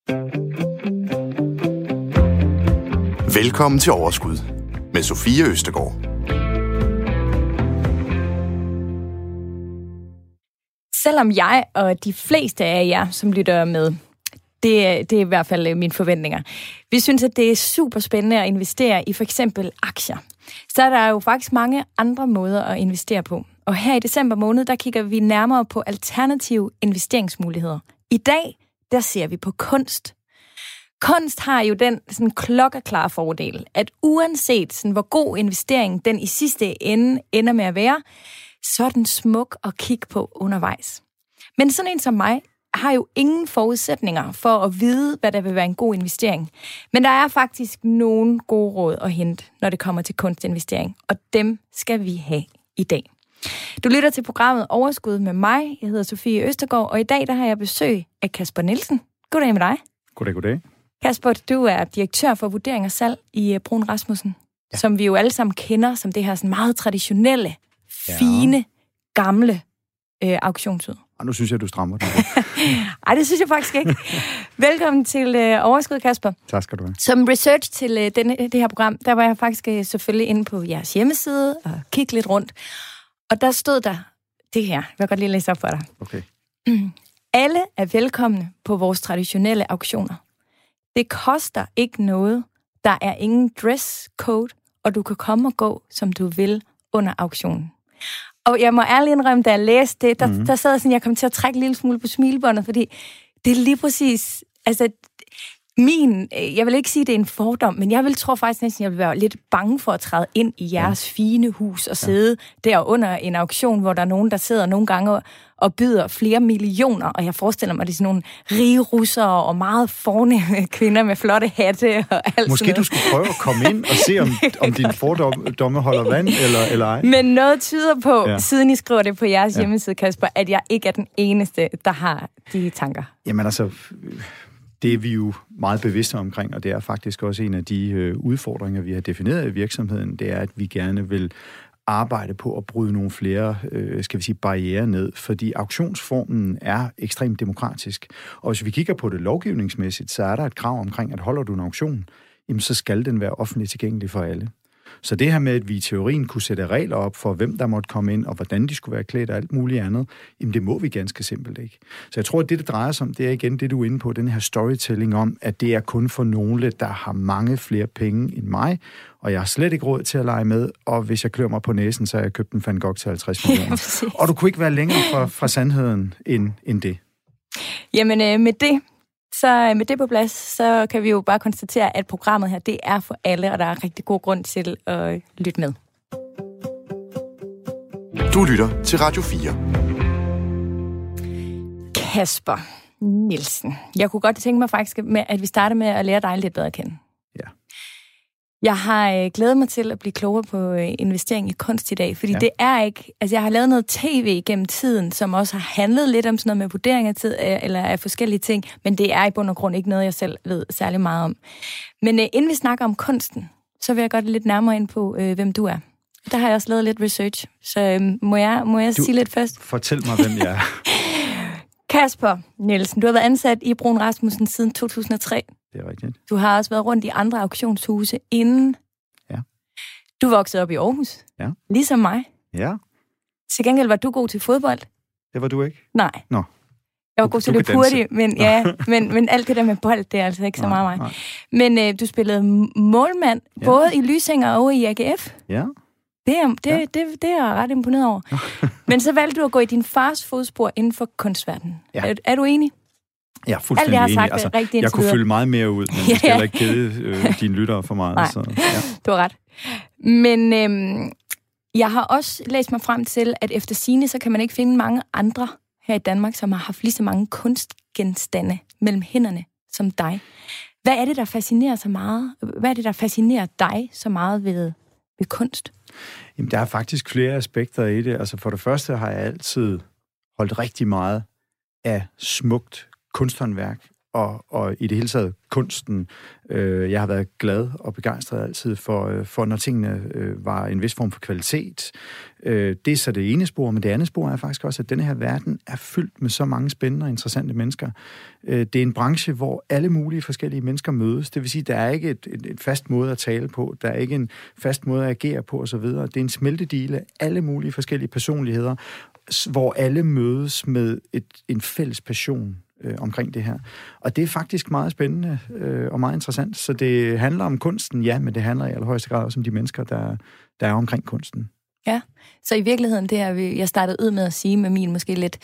Velkommen til Overskud med Sofie Østergaard. Selvom jeg og de fleste af jer, som lytter med, det er i hvert fald mine forventninger, vi synes, at det er super spændende at investere i for eksempel aktier. Så er der jo faktisk mange andre måder at investere på. Og her i december måned, der kigger vi nærmere på alternative investeringsmuligheder. I dag, der ser vi på kunst. Kunst har jo den sådan klokkeklare fordel, at uanset sådan, hvor god investering den i sidste ende ender med at være, så er den smuk at kigge på undervejs. Men sådan en som mig har jo ingen forudsætninger for at vide, hvad der vil være en god investering. Men der er faktisk nogle gode råd at hente, når det kommer til kunstinvestering, og dem skal vi have i dag. Du lytter til programmet Overskud med mig. Jeg hedder Sofie Østergaard, og i dag der har jeg besøg af Kasper Nielsen. Goddag med dig. Goddag. Kasper, du er direktør for vurdering og salg i Bruun Rasmussen, som vi jo alle sammen kender som det her sådan meget traditionelle, fine, gamle auktionshus. Nu synes jeg, du strammer den. Ej, det synes jeg faktisk ikke. Velkommen til Overskud, Kasper. Tak skal du have. Som research til det her program, der var jeg faktisk selvfølgelig inde på jeres hjemmeside og kigge lidt rundt. Og der stod der det her. Jeg vil godt lige læse op for dig. Okay. Alle er velkomne på vores traditionelle auktioner. Det koster ikke noget. Der er ingen dresscode, og du kan komme og gå, som du vil under auktionen. Og jeg må ærligt indrømme, da jeg læste det, der sad sådan, jeg kom til at trække en lille smule på smilebåndet, fordi det er lige præcis, altså jeg vil ikke sige, at det er en fordom, men jeg tror faktisk næsten, jeg vil være lidt bange for at træde ind i jeres fine hus og sidde der under en auktion, hvor der er nogen, der sidder nogle gange og byder flere millioner, og jeg forestiller mig, at det er sådan nogle rige russere og meget fornemme kvinder med flotte hatte og alt. Måske du skulle prøve at komme ind og se, om dine fordomme holder vand eller ej. Men noget tyder på, siden I skriver det på jeres hjemmeside, Kasper, at jeg ikke er den eneste, der har de tanker. Jamen altså, det er vi jo meget bevidste omkring, og det er faktisk også en af de udfordringer, vi har defineret i virksomheden, det er, at vi gerne vil arbejde på at bryde nogle flere, barrierer ned, fordi auktionsformen er ekstremt demokratisk. Og hvis vi kigger på det lovgivningsmæssigt, så er der et krav omkring, at holder du en auktion, jamen så skal den være offentligt tilgængelig for alle. Så det her med, at vi i teorien kunne sætte regler op for, hvem der måtte komme ind, og hvordan de skulle være klædt og alt muligt andet, jamen det må vi ganske simpelt ikke. Så jeg tror, at det drejer sig om, det er igen det, du er inde på, den her storytelling om, at det er kun for nogle, der har mange flere penge end mig, og jeg har slet ikke råd til at lege med, og hvis jeg klør mig på næsen, så har jeg købt en Van Gogh til 50 millioner. Ja, og du kunne ikke være længere fra sandheden end det. Jamen med det på plads, så kan vi jo bare konstatere, at programmet her, det er for alle, og der er rigtig god grund til at lytte med. Du lytter til Radio 4. Kasper Nielsen. Jeg kunne godt tænke mig faktisk, at vi starter med at lære dig lidt bedre at kende. Ja. Jeg har glædet mig til at blive klogere på investering i kunst i dag, fordi det er ikke... Altså, jeg har lavet noget tv gennem tiden, som også har handlet lidt om sådan noget med vurdering af tid, eller af forskellige ting, men det er i bund og grund ikke noget, jeg selv ved særlig meget om. Men inden vi snakker om kunsten, så vil jeg godt lidt nærmere ind på, hvem du er. Der har jeg også lavet lidt research, så må jeg sige lidt først? Fortæl mig, hvem jeg er. Kasper Nielsen, du har været ansat i Bruun Rasmussen siden 2003. Det er rigtigt. Du har også været rundt i andre auktionshuse inden. Ja. Du voksede op i Aarhus. Ja. Ligesom mig. Ja. Til gengæld var du god til fodbold. Det var du ikke? Nej. Nå. Jeg var god til løb hurtigt, men alt det der med bold, det er altså ikke så meget mig. Men du spillede målmand, både i Lysinger og i AGF. Ja. Det er jeg ret imponeret over. Men så valgte du at gå i din fars fodspor inden for kunstverdenen. Ja. Er du enig? Jeg er fuldstændig enig. Altså, jeg kunne fylde meget mere ud, men jeg skal heller ikke kede dine lyttere for meget. Nej, så, du har ret. Men jeg har også læst mig frem til, at efter sigende, så kan man ikke finde mange andre her i Danmark, som har haft lige så mange kunstgenstande mellem hænderne som dig. Hvad er det, der fascinerer så meget? Hvad er det, der fascinerer dig så meget ved kunst? Jamen, der er faktisk flere aspekter i det. Altså, for det første har jeg altid holdt rigtig meget af smukt kunsthåndværk og i det hele taget kunsten. Jeg har været glad og begejstret altid for når tingene var en vis form for kvalitet. Det er så det ene spor, men det andet spor er faktisk også, at denne her verden er fyldt med så mange spændende og interessante mennesker. Det er en branche, hvor alle mulige forskellige mennesker mødes. Det vil sige, der er ikke et fast måde at tale på, der er ikke en fast måde at agere på osv. Det er en smeltedile af alle mulige forskellige personligheder, hvor alle mødes med en fælles passion omkring det her. Og det er faktisk meget spændende og meget interessant. Så det handler om kunsten, ja, men det handler i allerhøjeste grad også om de mennesker, der er omkring kunsten. Ja, så i virkeligheden, det er jeg startede ud med at sige med min måske lidt,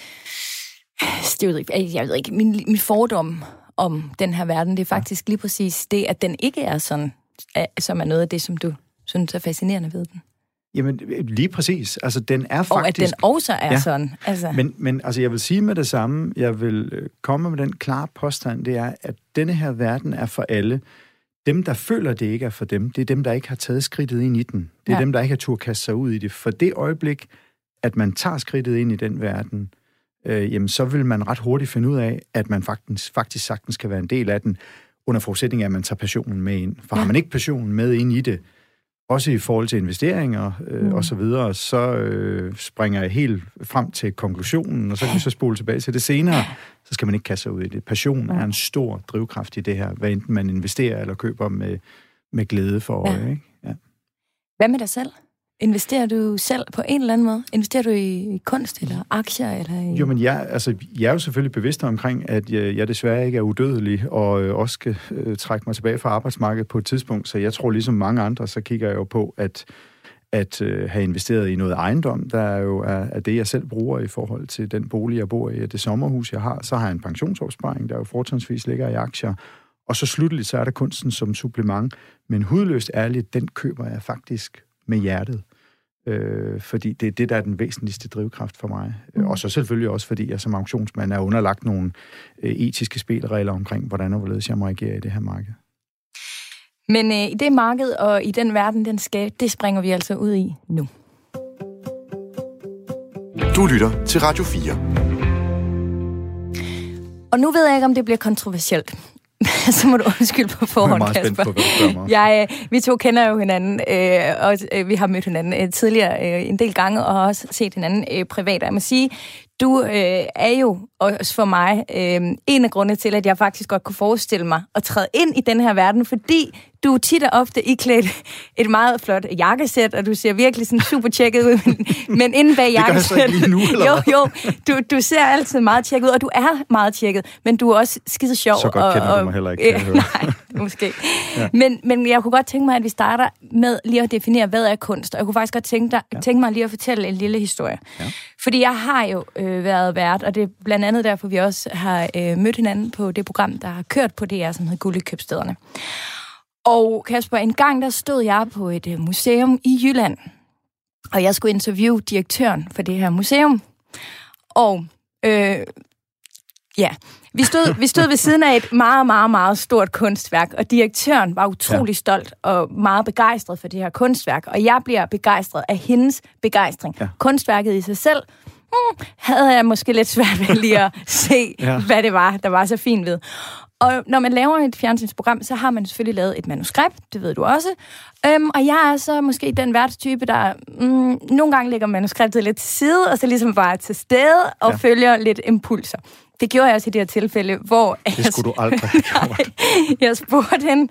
jeg ved ikke, min fordom om den her verden, det er faktisk lige præcis det, at den ikke er sådan, som er noget af det, som du synes er fascinerende ved den. Jamen, lige præcis. Altså, den er faktisk... Og at den også er sådan. Altså. Men altså, jeg vil sige med det samme, jeg vil komme med den klare påstand, det er, at denne her verden er for alle. Dem, der føler, det ikke er for dem, det er dem, der ikke har taget skridtet ind i den. Det er dem, der ikke har turde kaste sig ud i det. For det øjeblik, at man tager skridtet ind i den verden, jamen, så vil man ret hurtigt finde ud af, at man faktisk sagtens skal være en del af den, under forudsætning af, at man tager passionen med ind. For har man ikke passionen med ind i det, også i forhold til investeringer og så videre, så springer jeg helt frem til konklusionen, og så kan vi så spole tilbage til det senere. Så skal man ikke kaste sig ud i det. Passion er en stor drivkraft i det her, hvad enten man investerer eller køber med glæde for øje. Ikke? Ja. Hvad med dig selv? Investerer du selv på en eller anden måde? Investerer du i kunst eller aktier? Eller i... Jo, men jeg er jo selvfølgelig bevidst omkring, at jeg desværre ikke er udødelig, og også skal trække mig tilbage fra arbejdsmarkedet på et tidspunkt. Så jeg tror, ligesom mange andre, så kigger jeg jo på, at have investeret i noget ejendom, der jo er det, jeg selv bruger i forhold til den bolig, jeg bor i, det sommerhus, jeg har. Så har jeg en pensionsopsparing, der jo fortrinsvis ligger i aktier. Og så slutteligt, så er der kunsten som supplement. Men hudløst ærligt, den køber jeg faktisk med hjertet. Fordi det er det, der er den væsentligste drivkraft for mig. Og så selvfølgelig også, fordi jeg som auktionsmand er underlagt nogle etiske spilleregler omkring, hvordan og hvorledes jeg må agere i det her marked. Men i det marked og i den verden, det springer vi altså ud i nu. Du lytter til Radio 4. Og nu ved jeg ikke, om det bliver kontroversielt. Så må du undskylde på forhånd, Kasper. Vi to kender jo hinanden, og vi har mødt hinanden tidligere en del gange, og har også set hinanden privat. Jeg må sige, du er jo også for mig en af grundene til, at jeg faktisk godt kunne forestille mig at træde ind i den her verden, fordi du tit og ofte iklædt et meget flot jakkesæt, og du ser virkelig sådan super tjekket ud, men inden bag jakkesæt... Det gør jeg så ikke lige nu, eller du ser altid meget tjekket ud, og du er meget tjekket, men du er også skide sjov. Så godt kender du mig heller ikke. Nej, måske. Ja. Men jeg kunne godt tænke mig, at vi starter med lige at definere, hvad er kunst, og jeg kunne faktisk godt tænke mig lige at fortælle en lille historie. Ja. Fordi jeg har jo været vært, og det er blandt andet derfor, vi også har mødt hinanden på det program, der har kørt på DR, som hedder Guld i købstæderne. Og Kasper, en gang der stod jeg på et museum i Jylland, og jeg skulle interviewe direktøren for det her museum. Og vi stod ved siden af et meget, meget, meget stort kunstværk, og direktøren var utrolig stolt og meget begejstret for det her kunstværk, og jeg bliver begejstret af hendes begejstring. Ja. Kunstværket i sig selv havde jeg måske lidt svært ved lige at se, hvad det var, der var så fint ved. Og når man laver et fjernsynsprogram, så har man selvfølgelig lavet et manuskript, det ved du også. Og jeg er så måske den værtstype, der nogle gange lægger manuskriptet lidt til side, og så ligesom bare til stede og følger lidt impulser. Det gjorde jeg også i det her tilfælde, hvor... Det skulle du aldrig have gjort. Jeg spurgte hende,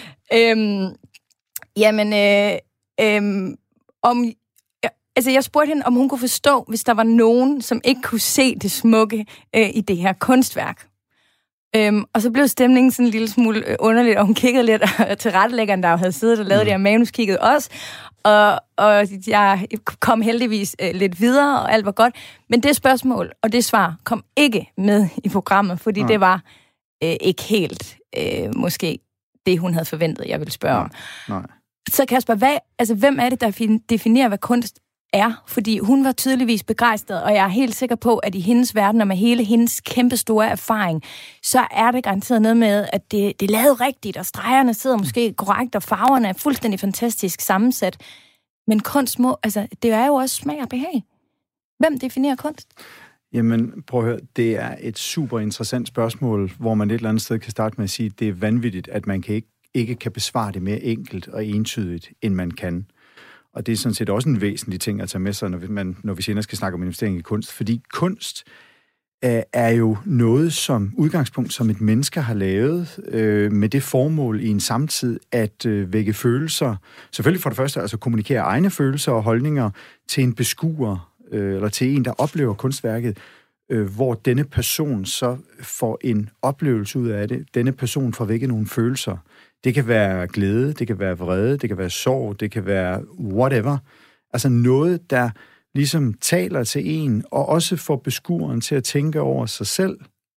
jeg spurgte hende, om hun kunne forstå, hvis der var nogen, som ikke kunne se det smukke i det her kunstværk. Og så blev stemningen sådan en lille smule underligt, og hun kiggede lidt, og tilrettelæggeren, der havde siddet og lavet det her manus, kiggede også. Og jeg kom heldigvis lidt videre, og alt var godt. Men det spørgsmål og det svar kom ikke med i programmet, fordi det var ikke helt måske det, hun havde forventet, jeg ville spørge om. Nej. Så Kasper, hvem er det, der definerer, hvad kunst er? Fordi hun var tydeligvis begejstret, og jeg er helt sikker på, at i hendes verden og med hele hendes kæmpe store erfaring, så er det garanteret noget med, at det er lavet rigtigt, og stregerne sidder måske korrekt, og farverne er fuldstændig fantastisk sammensat. Men kunst det er jo også smag og behag. Hvem definerer kunst? Jamen, prøv at høre, det er et super interessant spørgsmål, hvor man et eller andet sted kan starte med at sige, at det er vanvittigt, at man ikke kan besvare det mere enkelt og entydigt, end man kan. Og det er sådan set også en væsentlig ting at tage med sig, når vi senere skal snakke om investering i kunst. Fordi kunst er jo noget som udgangspunkt, som et menneske har lavet med det formål i en samtid at vække følelser. Selvfølgelig for det første altså kommunikere egne følelser og holdninger til en beskuer, eller til en, der oplever kunstværket, hvor denne person så får en oplevelse ud af det. Denne person får vækket nogle følelser. Det kan være glæde, det kan være vrede, det kan være sorg, det kan være whatever. Altså noget, der ligesom taler til en, og også får beskueren til at tænke over sig selv,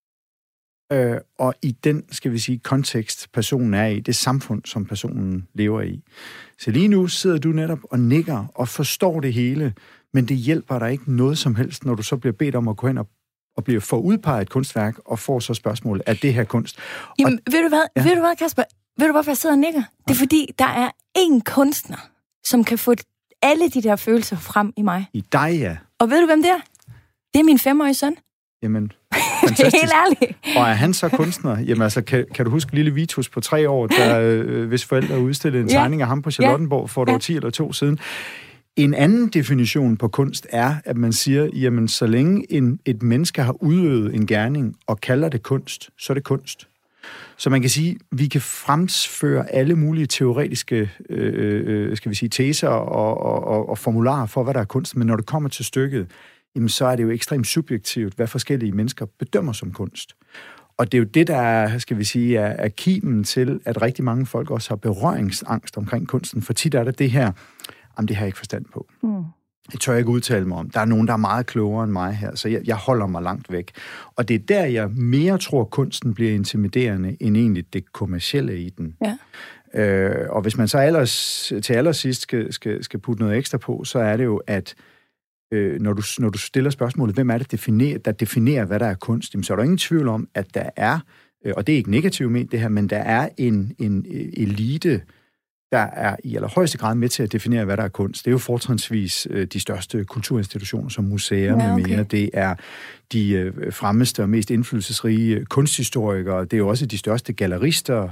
og i den, skal vi sige, kontekst, personen er i, det samfund, som personen lever i. Så lige nu sidder du netop og nikker og forstår det hele, men det hjælper dig ikke noget som helst, når du så bliver bedt om at gå hen og bliver for udpeget et kunstværk, og får så spørgsmålet, er det her kunst? Jamen, ved du hvad? Ja. Ved du hvad, Kasper? Ved du, hvorfor jeg sidder og nikker? Det er fordi, der er én kunstner, som kan få alle de der følelser frem i mig. I dig, ja. Og ved du, hvem det er? Det er min 5-årige søn. Jamen, det er helt ærligt. Og er han så kunstner? Jamen altså, kan du huske lille Vitus på 3 år, der, hvis forældre udstillede en tegning af ham på Charlottenborg for et år 10 eller 2 siden? En anden definition på kunst er, at man siger, jamen så længe et menneske har udøvet en gerning og kalder det kunst, så er det kunst. Så man kan sige, at vi kan fremføre alle mulige teoretiske skal vi sige, teser og formularer for, hvad der er kunst, men når det kommer til stykket, jamen, så er det jo ekstremt subjektivt, hvad forskellige mennesker bedømmer som kunst. Og det er jo det, der er, skal vi sige, er kimen til, at rigtig mange folk også har berøringsangst omkring kunsten, for tit er det her, jamen det har jeg ikke forstand på. Det tør jeg ikke udtale mig om. Der er nogen, der er meget klogere end mig her, så jeg holder mig langt væk. Og det er der, jeg mere tror, kunsten bliver intimiderende, end egentlig det kommercielle i den. Ja. Og hvis man så til allersidst skal putte noget ekstra på, så er det jo, at når du stiller spørgsmålet, hvem er det, der definerer, hvad der er kunst, så er der ingen tvivl om, at der er, og det er ikke negativt ment det her, men der er en elite, der er i allerhøjeste grad med til at definere, hvad der er kunst. Det er jo fortrinsvis de største kulturinstitutioner som museer med mere. Det er de fremmeste og mest indflydelsesrige kunsthistorikere. Det er jo også de største gallerister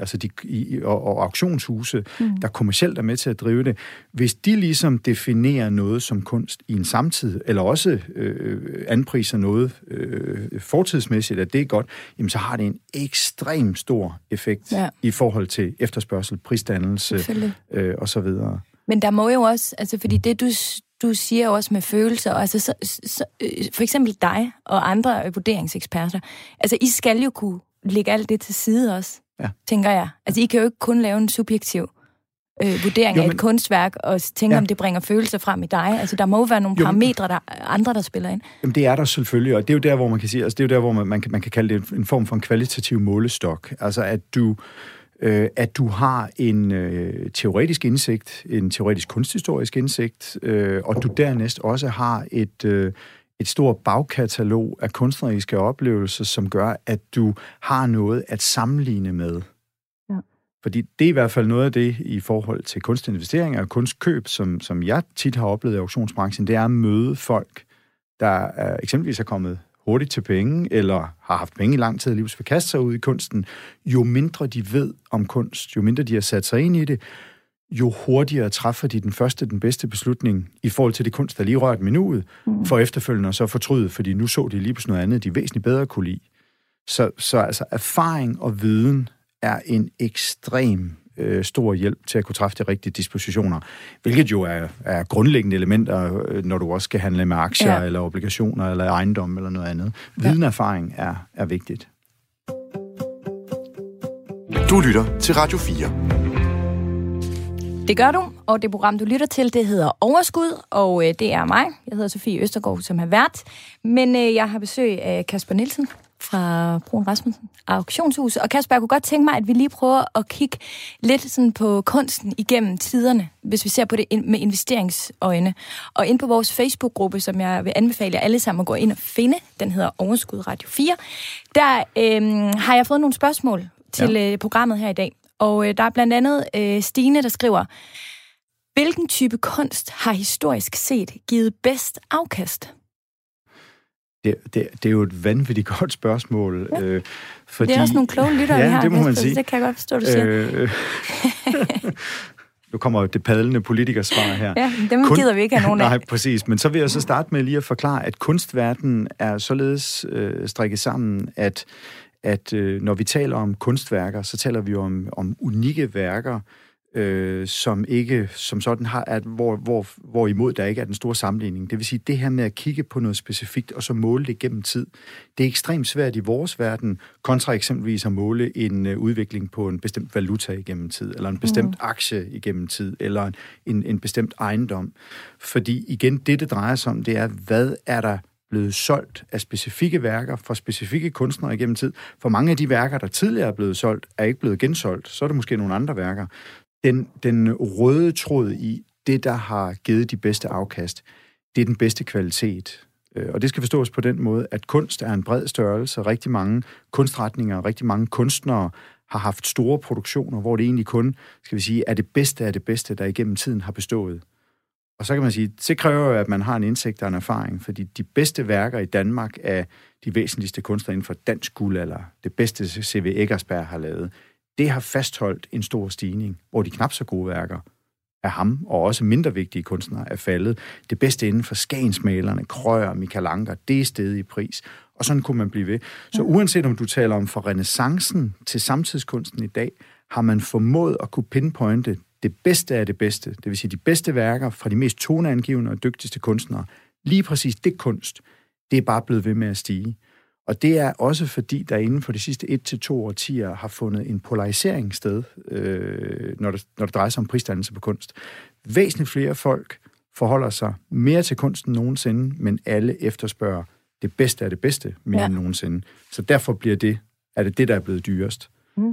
og auktionshuse, der kommercielt er med til at drive det. Hvis de ligesom definerer noget som kunst i en samtid, eller også anpriser noget fortidsmæssigt, at det er godt, jamen så har det en ekstrem stor effekt i forhold til efterspørgsel, prisdannelse og så videre. Men der må jo også, altså fordi det du siger også med følelser, altså for eksempel dig og andre vurderingseksperter, altså I skal jo kunne lægge alt det til side også, tænker jeg. Altså I kan jo ikke kun lave en subjektiv vurdering af et kunstværk og tænke, om det bringer følelser frem i dig. Altså der må jo være nogle parametre, der spiller ind. Jamen det er der selvfølgelig, og det er jo der, hvor man kan sige, altså det er jo der, hvor man kan kalde det en form for en kvalitativ målestok. Altså at du har en teoretisk indsigt, en teoretisk kunsthistorisk indsigt, og du dernæst også har et stort bagkatalog af kunstneriske oplevelser, som gør, at du har noget at sammenligne med. Ja. Fordi det er i hvert fald noget af det i forhold til kunstinvesteringer og kunstkøb, som jeg tit har oplevet i auktionsbranchen, det er at møde folk, der eksempelvis er kommet hurtigt til penge, eller har haft penge i lang tid, livs vil kaste sig ud i kunsten. Jo mindre de ved om kunst, jo mindre de har sat sig ind i det, jo hurtigere træffer de den bedste beslutning i forhold til det kunst, der lige rørt minuet, for efterfølgende og så fortryde, fordi nu så de lige på noget andet, de væsentligt bedre kunne lide. Så altså erfaring og viden er en ekstrem stor hjælp til at kunne træffe de rigtige dispositioner, hvilket jo er grundlæggende elementer, når du også skal handle med aktier, eller obligationer, eller ejendom, eller noget andet. Videnserfaring er vigtigt. Du lytter til Radio 4. Det gør du, og det program, du lytter til, det hedder Overskud, og det er mig. Jeg hedder Sofie Østergaard, som har vært. Men jeg har besøg af Kasper Nielsen fra Bruun Rasmussen Auktionshus. Og Kasper, jeg kunne godt tænke mig, at vi lige prøver at kigge lidt sådan på kunsten igennem tiderne, hvis vi ser på det med investeringsøjne. Og ind på vores Facebook-gruppe, som jeg vil anbefale jer alle sammen at gå ind og finde, den hedder Overskud Radio 4, der har jeg fået nogle spørgsmål til programmet her i dag. Og der er blandt andet Stine, der skriver, hvilken type kunst har historisk set givet bedst afkast? Det er jo et vanvittigt godt spørgsmål. Ja. Fordi, det er også nogle kloge lyttere, vi har. Det må man sige. Det kan jeg godt forstå, du siger. Nu kommer det padlende politikersvar her. Ja, dem gider vi ikke have nogen af. Nej, præcis. Men så vil jeg så starte med lige at forklare, at kunstverdenen er således strikket sammen, at når vi taler om kunstværker, så taler vi om unikke værker, som sådan har, hvorimod der ikke er den store sammenligning. Det vil sige, det her med at kigge på noget specifikt, og så måle det gennem tid, det er ekstremt svært i vores verden, kontra eksempelvis at måle en udvikling på en bestemt valuta igennem tid, eller en bestemt aktie igennem tid, eller en bestemt ejendom. Fordi igen, det drejer sig om, det er, hvad er der blevet solgt af specifikke værker fra specifikke kunstnere igennem tid. For mange af de værker, der tidligere er blevet solgt, er ikke blevet gensolgt. Så er det måske nogle andre værker. Den røde tråd i det, der har givet de bedste afkast, det er den bedste kvalitet. Og det skal forstås på den måde, at kunst er en bred størrelse. Rigtig mange kunstretninger, rigtig mange kunstnere har haft store produktioner, hvor det egentlig kun, skal vi sige, er det bedste af det bedste, der igennem tiden har bestået. Og så kan man sige, det kræver jo, at man har en indsigt og en erfaring, fordi de bedste værker i Danmark af de væsentligste kunstnere inden for dansk guldalder, det bedste C.V. Eckersberg har lavet, det har fastholdt en stor stigning, hvor de knap så gode værker af ham, og også mindre vigtige kunstnere, er faldet. Det bedste inden for skagensmalerne, Krøyer, Michael Ancher, det er steget i pris, og sådan kunne man blive ved. Så uanset om du taler om fra renæssancen til samtidskunsten i dag, har man formået at kunne pinpointe det bedste af det bedste, det vil sige de bedste værker fra de mest toneangivende og dygtigste kunstnere. Lige præcis det kunst, det er bare blevet ved med at stige. Og det er også fordi, der inden for de sidste 1-2 årtier har fundet en polarisering sted, når det drejer sig om prisdannelse på kunst. Væsentligt flere folk forholder sig mere til kunsten end nogensinde, men alle efterspørger det bedste af det bedste mere end nogensinde. Så derfor er det, der er blevet dyrest.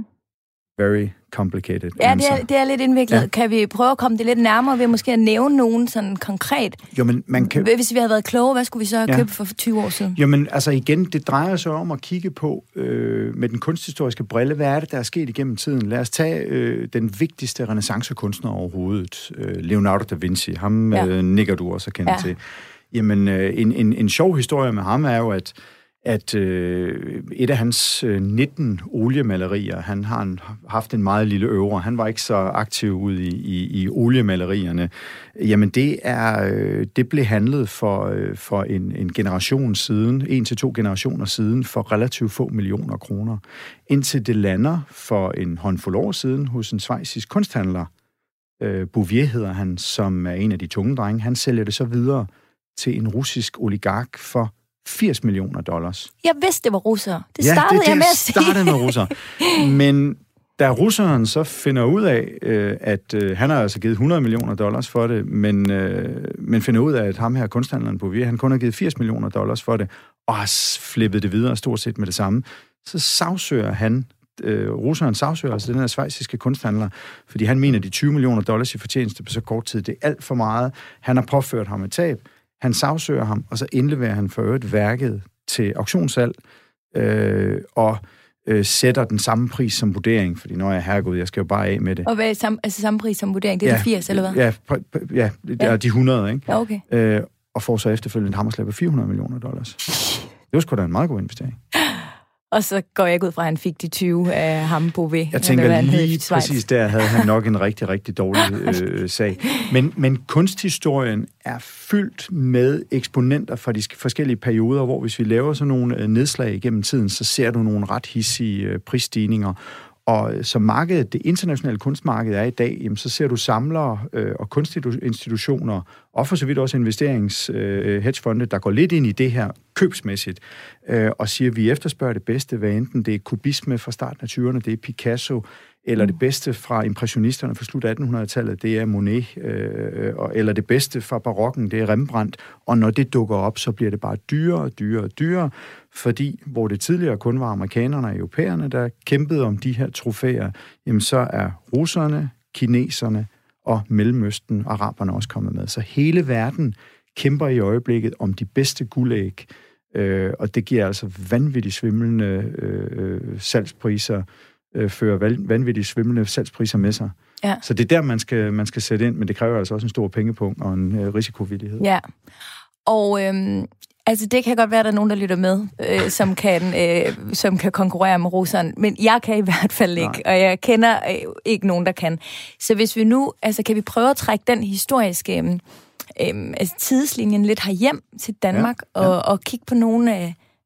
Very complicated. Ja, det er lidt indviklet. Ja. Kan vi prøve at komme det lidt nærmere ved måske at nævne nogen sådan konkret? Jo, men man kan... Hvis vi havde været kloge, hvad skulle vi så have købt for 20 år siden? Jo, men altså igen, det drejer sig om at kigge på med den kunsthistoriske brille, hvad er det, der er sket igennem tiden? Lad os tage den vigtigste renæssancekunstner overhovedet, Leonardo da Vinci. Ham nikker du også at kende til. Jamen, en sjov historie med ham er jo, at et af hans 19 oliemalerier, han har haft en meget lille øvre. Han var ikke så aktiv ud i oliemalerierne. Jamen, det blev handlet for en generation siden, 1-2 generationer siden, for relativt få millioner kroner. Indtil det lander for en håndfuld år siden hos en schweizisk kunsthandler. Bouvier hedder han, som er en af de tunge drenge. Han sælger det så videre til en russisk oligark for $80 million. Jeg vidste, det var russere. Det startede jeg med at sige. Det startede med russere. Men da russeren så finder ud af, at han har altså givet $100 million for det, men finder ud af, at ham her kunsthandleren Bouvier, han kun har givet $80 million for det, og har flippet det videre stort set med det samme, så sagsøger han, russeren sagsøger altså den her schweiziske kunsthandler, fordi han mener, de $20 million i fortjeneste på så kort tid, det er alt for meget. Han har påført ham et tab. Han sagsøger ham, og så indleverer han for øvrigt værket til auktionssalg, og sætter den samme pris som vurdering, fordi når jeg er herregud, jeg skal jo bare af med det. Og hvad er samme pris som vurdering? Det er de 80, eller hvad? Ja, det er de 100, ikke? Ja, okay. Og får så efterfølgende et hammerslag på $400 million. Det var sgu da en meget god investering. Og så går jeg ikke ud fra, at han fik de 20 af ham Bouvier. Jeg tænker lige præcis der havde han nok en rigtig, rigtig dårlig sag. Men kunsthistorien er fyldt med eksponenter fra de forskellige perioder, hvor hvis vi laver sådan nogle nedslag igennem tiden, så ser du nogle ret hissige prisstigninger. Og som markedet, det internationale kunstmarked er i dag, jamen, så ser du samlere og kunstinstitutioner, og for så vidt også hedgefonde, der går lidt ind i det her købsmæssigt, og siger, at vi efterspørger det bedste, hvad enten det er kubisme fra starten af 20'erne, det er Picasso, eller det bedste fra impressionisterne fra slut 1800-tallet, det er Monet, eller det bedste fra barokken, det er Rembrandt, og når det dukker op, så bliver det bare dyrere, fordi hvor det tidligere kun var amerikanerne og europæerne, der kæmpede om de her trofæer, jamen så er russerne, kineserne og Mellemøsten, araberne også kommet med. Så hele verden kæmper i øjeblikket om de bedste guldæg, og det giver altså vanvittigt svimlende salgspriser, fører vanvittigt svimlende salgspriser med sig. Ja. Så det er der, man skal sætte ind, men det kræver altså også en stor pengepunkt og en risikovillighed. Ja, og Altså, det kan godt være, at der er nogen, der lytter med, som kan konkurrere med russeren, men jeg kan i hvert fald ikke, og jeg kender ikke nogen, der kan. Så hvis vi nu, altså kan vi prøve at trække den historiske tidslinjen lidt herhjem til Danmark, og kigge på nogle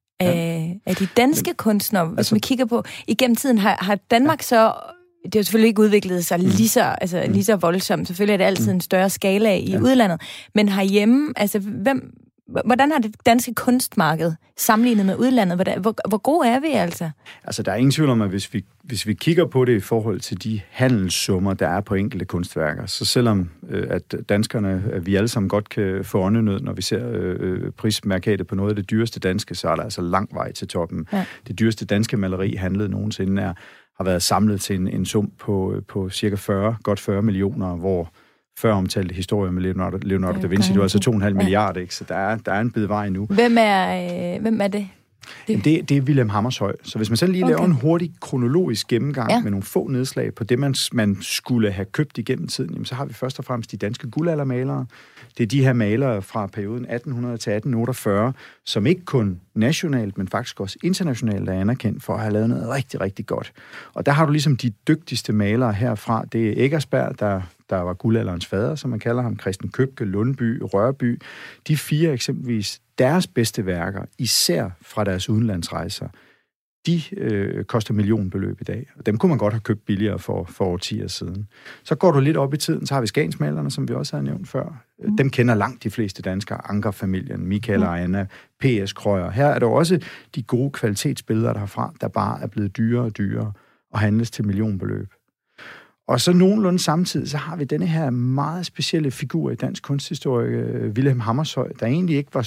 af de danske kunstnere, hvis vi kigger på, igennem tiden har Danmark så, det har selvfølgelig ikke udviklet sig lige så voldsomt, selvfølgelig er det altid en større skala i udlandet, men herhjemme, altså hvordan har det danske kunstmarked sammenlignet med udlandet? Hvor gode er vi altså? Altså, der er ingen tvivl om, at hvis vi kigger på det i forhold til de handelssummer, der er på enkelte kunstværker, så selvom at danskerne, vi alle sammen godt kan få åndenød, når vi ser prismarkedet på noget af det dyreste danske, så er der altså lang vej til toppen. Ja. Det dyreste danske maleri handlet nogensinde har været samlet til en sum på cirka 40 millioner, hvor før omtalte historie med Leonardo da Vinci, det var altså 2,5 milliarder, ikke? Så der er en bid vej nu. Hvem er det? Det er Wilhelm Hammershøi. Så hvis man så lige laver en hurtig kronologisk gennemgang med nogle få nedslag på det, man skulle have købt igennem tiden, jamen, så har vi først og fremmest de danske guldaldermalere. Det er de her malere fra perioden 1800 til 1848, som ikke kun nationalt, men faktisk også internationalt er anerkendt for at have lavet noget rigtig, rigtig godt. Og der har du ligesom de dygtigste malere herfra. Det er Eckersberg, der var guldalderens fader, som man kalder ham, Christen Købke, Lundby, Rørby. De 4 eksempelvis, deres bedste værker, især fra deres udenlandsrejser, de koster millionbeløb i dag. Og dem kunne man godt have købt billigere for årtier siden. Så går du lidt op i tiden, så har vi Skagensmalerne, som vi også har nævnt før. Dem kender langt de fleste danskere. Anker-familien, Michael og Anna, P.S. Krøyer. Her er der også de gode kvalitetsbilleder derfra, der bare er blevet dyrere og dyrere og handles til millionbeløb. Og så nogenlunde samtidig, så har vi denne her meget specielle figur i dansk kunsthistorie, Wilhelm Hammershøi, der egentlig ikke var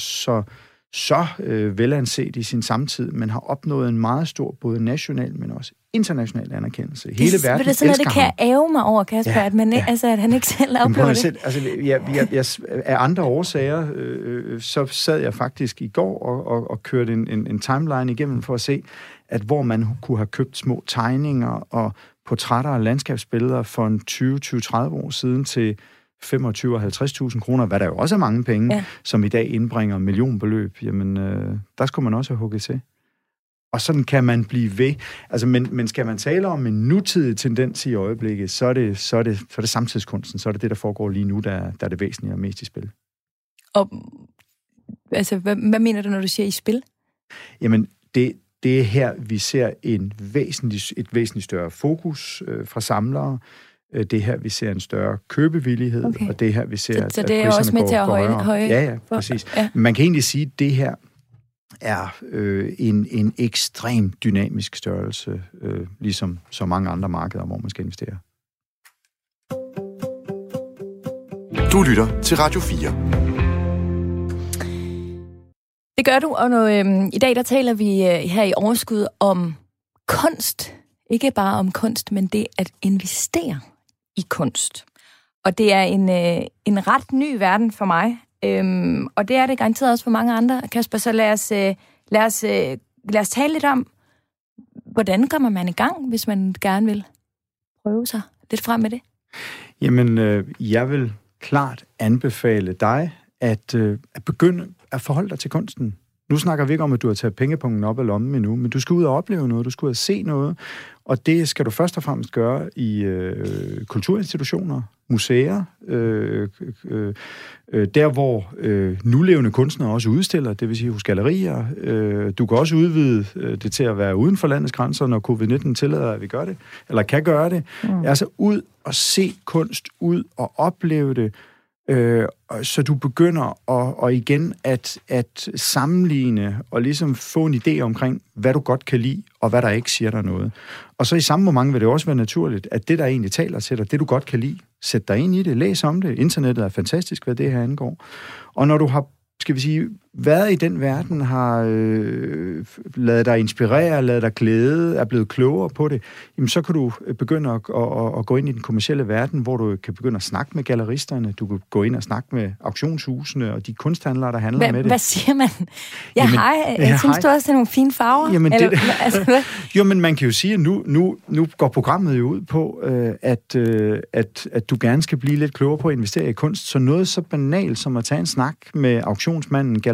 så velanset i sin samtid, men har opnået en meget stor, både national, men også international anerkendelse. Hele verden elsker ham. Det kan jeg ærge mig over, Kasper, at han ikke selv oplever det. Altså, af andre årsager, så sad jeg faktisk i går og kørte en timeline igennem for at se, at hvor man kunne have købt små tegninger og portrætter og landskabsbilleder for en 20-30 år siden til 25 og 50.000 kroner, hvad der jo også er mange penge, som i dag indbringer millionbeløb, jamen, der skulle man også have hugget til. Og sådan kan man blive ved. Altså, men skal man tale om en nutidig tendens i øjeblikket, så er det samtidskunsten, så er det det, der foregår lige nu, der er det væsentlige og mest i spil. Og altså, hvad mener du, når du siger i spil? Jamen, det er her, vi ser et væsentligt større fokus fra samlere. Det er her, vi ser en større købevillighed, og det er her, vi ser, så det er at også med til at høje. Ja, præcis. Ja. Man kan egentlig sige, at det her er en ekstrem dynamisk størrelse, ligesom så mange andre markeder, hvor man skal investere. Du lytter til Radio 4. Det gør du, og i dag der taler vi her i Overskud om kunst. Ikke bare om kunst, men det at investere i kunst. Og det er en ret ny verden for mig, og det er det garanteret også for mange andre. Kasper, så lad os tale lidt om, hvordan kommer man i gang, hvis man gerne vil prøve sig lidt frem med det? Jamen, jeg vil klart anbefale dig at begynde at forholde dig til kunsten. Nu snakker vi ikke om, at du har taget pengepungen op af lommen endnu, men du skal ud og opleve noget, du skal ud og se noget, og det skal du først og fremmest gøre i kulturinstitutioner, museer, der hvor nulevende kunstnere også udstiller, det vil sige hos gallerier. Du kan også udvide det til at være uden for landets grænser, når covid-19 tillader, at vi gør det, eller kan gøre det. Altså ud og se kunst, ud og opleve det, så du begynder at igen at sammenligne og ligesom få en idé omkring, hvad du godt kan lide, og hvad der ikke siger dig noget. Og så i samme moment vil det også være naturligt, at det, der egentlig taler til dig, det du godt kan lide, sæt dig ind i det, læs om det. Internettet er fantastisk, hvad det her angår. Og når du har, skal vi sige, været i den verden, har ladet dig inspirere, ladet dig glæde, er blevet klogere på det, jamen så kan du begynde at gå ind i den kommercielle verden, hvor du kan begynde at snakke med galleristerne, du kan gå ind og snakke med auktionshusene og de kunsthandlere, der handler med det. Hvad siger man? Jeg synes du også, det er nogle fine farver. Jamen, jo, men man kan jo sige, at nu går programmet jo ud på, at du gerne skal blive lidt klogere på at investere i kunst, så noget så banalt som at tage en snak med auktionsmanden,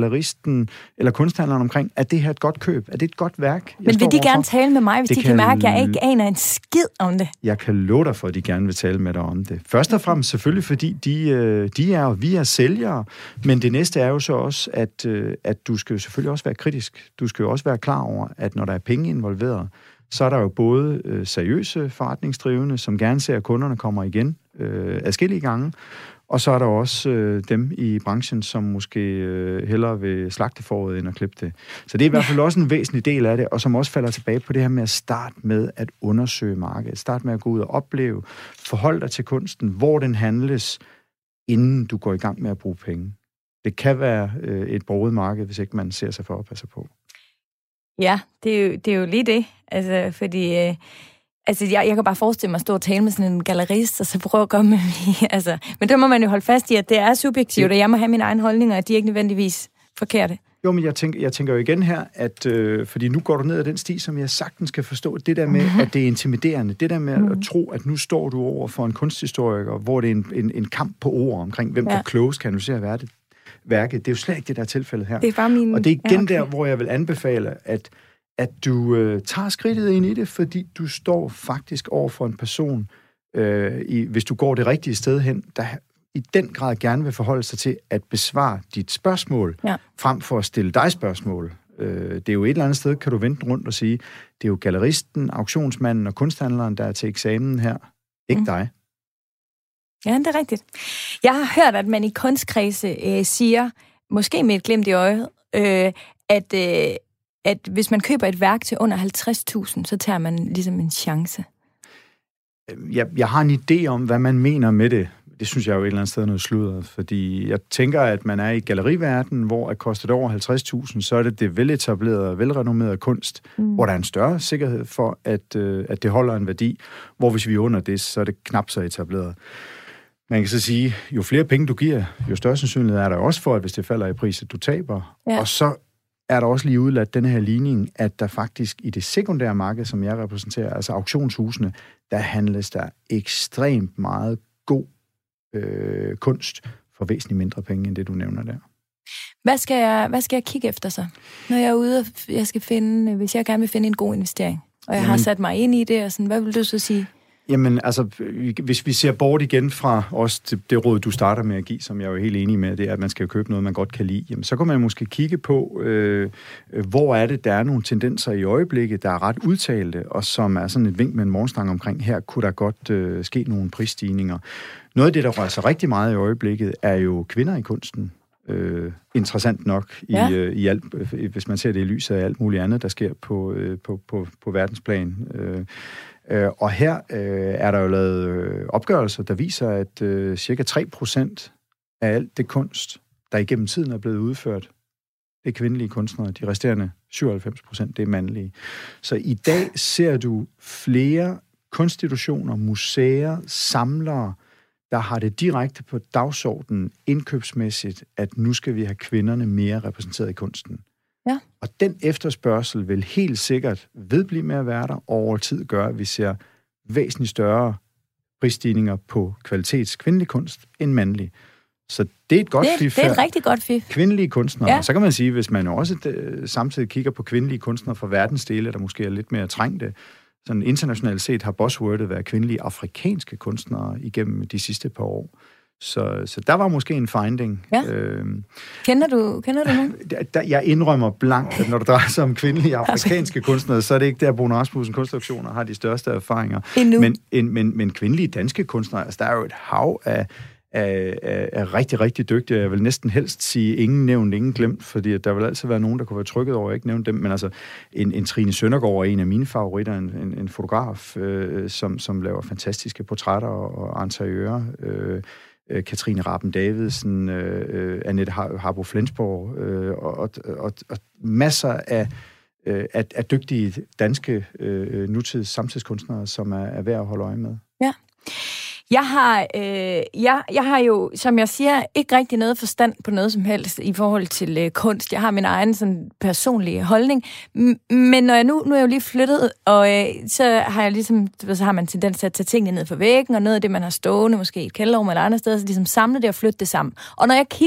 galleristen eller kunsthandleren omkring, er det her et godt køb? Er det et godt værk? Men vil de gerne tale med mig, hvis de kan mærke, at jeg ikke aner en skid om det? Jeg kan love dig for, at de gerne vil tale med dig om det. Først og fremmest selvfølgelig, fordi vi er sælgere, men det næste er jo så også, at du skal jo selvfølgelig også være kritisk. Du skal jo også være klar over, at når der er penge involveret, så er der jo både seriøse forretningsdrivende, som gerne ser, at kunderne kommer igen adskillige gange, og så er der også dem i branchen, som måske hellere vil slagte foråret end at klippe det. Så det er i hvert fald også en væsentlig del af det, og som også falder tilbage på det her med at starte med at undersøge markedet. Start med at gå ud og opleve, forholde dig til kunsten, hvor den handles, inden du går i gang med at bruge penge. Det kan være et broget marked, hvis ikke man ser sig for at passe på. Ja, det er jo lige det. Altså, fordi jeg kan bare forestille mig at stå og tale med sådan en gallerist, og så prøve at komme med altså, men der må man jo holde fast i, at det er subjektivt, og jeg må have mine egne holdninger, og de er ikke nødvendigvis forkerte. Jo, men jeg tænker jo igen her, at fordi nu går du ned ad den sti, som jeg sagtens kan forstå, det der med, at det er intimiderende, det der med at tro, at nu står du over for en kunsthistoriker, hvor det er en kamp på ord omkring, hvem der klogest kan analysere værket. Det er jo slet ikke det, der er tilfældet her. Det er bare og det er igen der, hvor jeg vil anbefale, at du tager skridtet ind i det, fordi du står faktisk over for en person, hvis du går det rigtige sted hen, der i den grad gerne vil forholde sig til at besvare dit spørgsmål, frem for at stille dig spørgsmål. Det er jo et eller andet sted, kan du vente rundt og sige, det er jo galleristen, auktionsmanden og kunsthandleren, der er til eksamen her, ikke dig. Ja, det er rigtigt. Jeg har hørt, at man i kunstkredse siger, måske med et glimt i øjet, at hvis man køber et værk til under 50.000, så tager man ligesom en chance. Jeg har en idé om, hvad man mener med det. Det synes jeg jo et eller andet sted noget sludder, fordi jeg tænker, at man er i galleriverdenen, hvor at koster det over 50.000, så er det veletablerede, velrenommerede kunst, hvor der er en større sikkerhed for, at det holder en værdi, hvor hvis vi er under det, så er det knap så etableret. Man kan så sige, jo flere penge du giver, jo større sandsynlighed er der også for, at hvis det falder i pris, at du taber. Ja. Og så er der også lige udladt den her ligning, at der faktisk i det sekundære marked, som jeg repræsenterer, altså auktionshusene, der handles der ekstremt meget god kunst for væsentligt mindre penge, end det du nævner der. Hvad skal jeg kigge efter så? Når jeg er ude, og jeg skal finde, hvis jeg gerne vil finde en god investering, og jeg har sat mig ind i det, og sådan, hvad vil du så sige? Jamen, altså, hvis vi ser bort igen fra også det råd, du starter med at give, som jeg er jo helt enig med, det er, at man skal købe noget, man godt kan lide. Jamen, så kan man måske kigge på, hvor er det, der er nogle tendenser i øjeblikket, der er ret udtalte, og som er sådan et vink med en morgenstang omkring, her kunne der godt ske nogle prisstigninger. Noget af det, der rører sig rigtig meget i øjeblikket, er jo kvinder i kunsten. Interessant nok, i alt, hvis man ser det i lyset af alt muligt andet, der sker på verdensplan. Og her er der jo lavet opgørelser, der viser, at cirka 3% af alt det kunst, der igennem tiden er blevet udført, det er kvindelige kunstnere. De resterende 97%, det er mandlige. Så i dag ser du flere kunstinstitutioner, museer, samlere, der har det direkte på dagsordenen indkøbsmæssigt, at nu skal vi have kvinderne mere repræsenteret i kunsten. Ja. Og den efterspørgsel vil helt sikkert vedblive med at være der, og over tid gøre, at vi ser væsentligt større prisstigninger på kvalitetskvindelig kunst end mandlig. Så det er et godt fif. Det er et rigtig godt fif. Kvindelige kunstnere. Ja. Og så kan man sige, hvis man også samtidig kigger på kvindelige kunstnere fra verdensdele, der måske er lidt mere trængte, sådan internationalt set har buzzwordet været kvindelige afrikanske kunstnere igennem de sidste par år. Så der var måske en finding. Ja. Kender du nogen? Jeg indrømmer blankt, at når det drejer sig om kvindelige afrikanske kunstnere, så er det ikke der, Bruno Rasmussen Kunstauktioner har de største erfaringer. Men kvindelige danske kunstnere, altså der er jo et hav af rigtig, rigtig dygtige. Jeg vil næsten helst sige ingen nævnt, ingen glemt, fordi der vil altid være nogen, der kunne være trykket over at ikke nævne dem. Men altså, en Trine Søndergaard er en af mine favoritter, en fotograf, som laver fantastiske portrætter og interiører. Katrine Raben Davidsen, Annette Harbo Flensborg og masser af dygtige danske samtidskunstnere, som er værd at holde øje med. Ja. Jeg har jo, som jeg siger, ikke rigtig noget forstand på noget som helst i forhold til kunst. Jeg har min egen sådan personlige holdning. Men når jeg nu er jeg jo lige flyttet, og så har jeg ligesom, så har man tendens til at tage tingene ned fra væggen, og noget af det, man har stående, måske i et kælderrum eller andre steder, så ligesom samle det og flytte det sammen. Og når jeg kigger,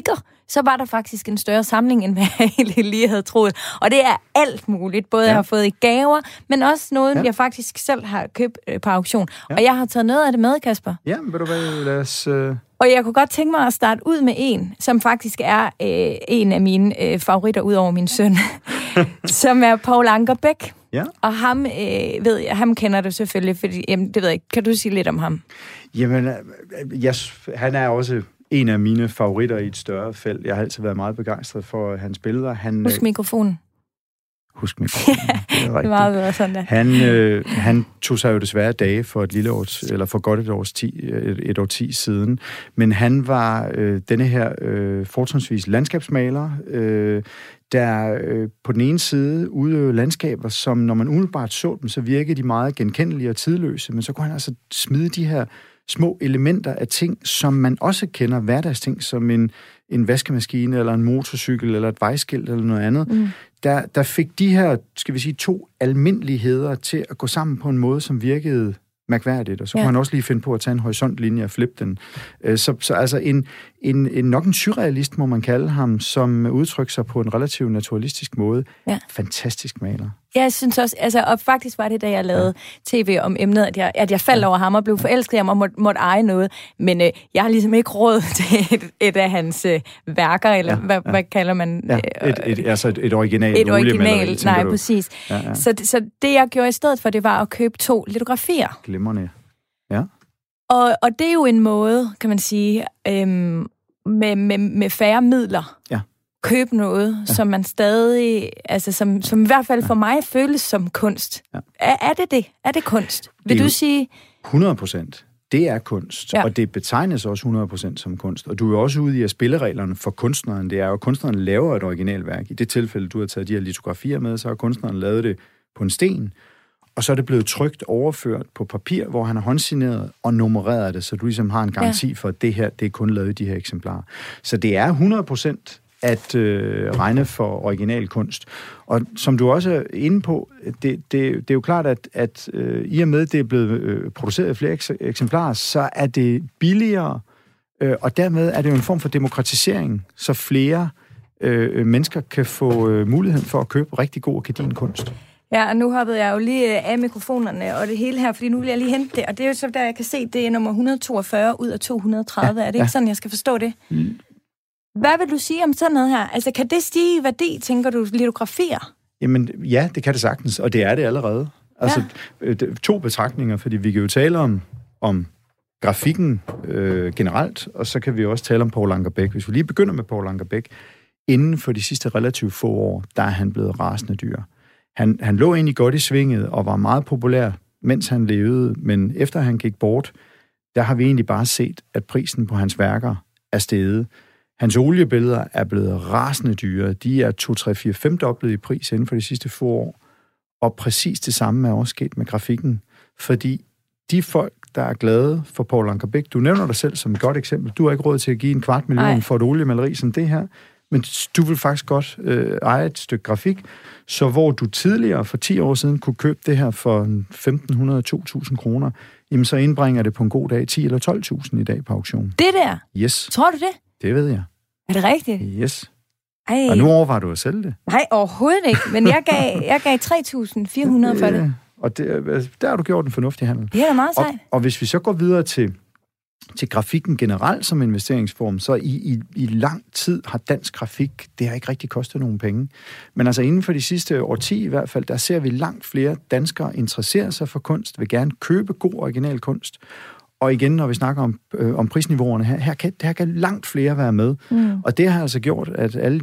så var der faktisk en større samling, end hvad jeg egentlig lige havde troet. Og det er alt muligt. Både jeg har fået i gaver, men også noget, jeg faktisk selv har købt på auktion. Ja. Og jeg har taget noget af det med, Kasper. Ja, men ved du hvad, lad os... Og jeg kunne godt tænke mig at starte ud med en, som faktisk er en af mine favoritter, ud over min søn, som er Paul Anker Bech. Ja. Og ham, ham kender du selvfølgelig, fordi, det ved jeg ikke. Kan du sige lidt om ham? Jamen, han er også en af mine favoritter i et større felt. Jeg har altid været meget begejstret for hans billeder. Husk mikrofonen. Husk mikrofonen. Det er meget bedre sådan der. Han tog sig jo desværre dage for for godt et årti siden. Men han var denne her fortrinsvis landskabsmaler, der på den ene side udøvede landskaber, som når man umiddelbart så dem, så virkede de meget genkendelige og tidløse, men så kunne han altså smide de her små elementer af ting, som man også kender, hverdagsting, som en vaskemaskine, eller en motorcykel, eller et vejskilt, eller noget andet. Der fik de her, skal vi sige, 2 almindeligheder til at gå sammen på en måde, som virkede mærkværdigt, og så kunne han også lige finde på at tage en horisontlinje og flippe den. Så altså nok en surrealist, må man kalde ham, som udtrykker sig på en relativt naturalistisk måde. Ja. Fantastisk maler. Ja, jeg synes også, altså, og faktisk var det, da jeg lavede tv om emnet, at jeg faldt over ham og blev forelsket i ham og måtte eje noget, men jeg har ligesom ikke råd til et af hans værker, eller hvad kalder man? Ja, et original. Et original, nej, præcis. Ja. Så det, jeg gjorde i stedet for, det var at købe 2 litografier. Glimrende. Ja. Og det er jo en måde, kan man sige, med færre midler. Ja. Købe noget, som man stadig, altså som i hvert fald for mig føles som kunst. Ja. Er det det? Er det kunst? Vil du sige? 100%. Det er kunst, og det betegnes også 100% som kunst. Og du er også ude i at spillereglerne for kunstneren. Det er jo, at kunstneren laver et originalværk. I det tilfælde, du har taget de her litografier med, så har kunstneren lavet det på en sten, og så er det blevet trykt, overført på papir, hvor han har håndsigneret og nummereret det, så du ligesom har en garanti for, at det her, det er kun lavet i de her eksemplarer. Så det er 100% at regne for originalkunst. Og som du også er inde på, det er jo klart, at i og med, det er blevet produceret i flere eksemplarer, så er det billigere, og dermed er det jo en form for demokratisering, så flere mennesker kan få muligheden for at købe rigtig god og gedigen kunst. Ja, og nu hoppede jeg jo lige af mikrofonerne og det hele her, fordi nu vil jeg lige hente det, og det er jo så der, jeg kan se, det er nummer 142 ud af 230. Er det ikke sådan, jeg skal forstå det? Hvad vil du sige om sådan noget her? Altså, kan det stige i værdi, tænker du, litografier? Jamen, ja, det kan det sagtens, og det er det allerede. Altså, 2 betragtninger, fordi vi kan jo tale om grafikken generelt, og så kan vi også tale om Paul Anker Bech. Hvis vi lige begynder med Paul Anker Bech, inden for de sidste relativt få år, der er han blevet rasende dyr. Han lå egentlig godt i svinget og var meget populær, mens han levede, men efter han gik bort, der har vi egentlig bare set, at prisen på hans værker er steget. Hans oliebilleder er blevet rasende dyre. De er 2, 3, 4, 5 doblet i pris inden for de sidste få år. Og præcis det samme er også sket med grafikken. Fordi de folk, der er glade for Paul Anker Bech, du nævner dig selv som et godt eksempel. Du har ikke råd til at give 250.000 for et oliemaleri som det her. Men du vil faktisk godt eje et stykke grafik. Så hvor du tidligere for 10 år siden kunne købe det her for 1.500-2.000 kroner, jamen så indbringer det på en god dag 10 eller 12.000 i dag på auktion. Det der? Yes. Tror du det? Det ved jeg. Er det rigtigt? Yes. Ej. Og nu overvejer du at sælge det. Nej, overhovedet ikke. Men jeg gav 3.400 for det. Og der har du gjort en fornuftig handel. Det er da meget sejt. Og hvis vi så går videre til grafikken generelt som investeringsform, så i lang tid har dansk grafik, det har ikke rigtig kostet nogen penge. Men altså inden for de sidste årti i hvert fald, der ser vi langt flere danskere interessere sig for kunst, vil gerne købe god original kunst. Og igen, når vi snakker om prisniveauerne her kan langt flere være med. Og det har altså gjort, at alle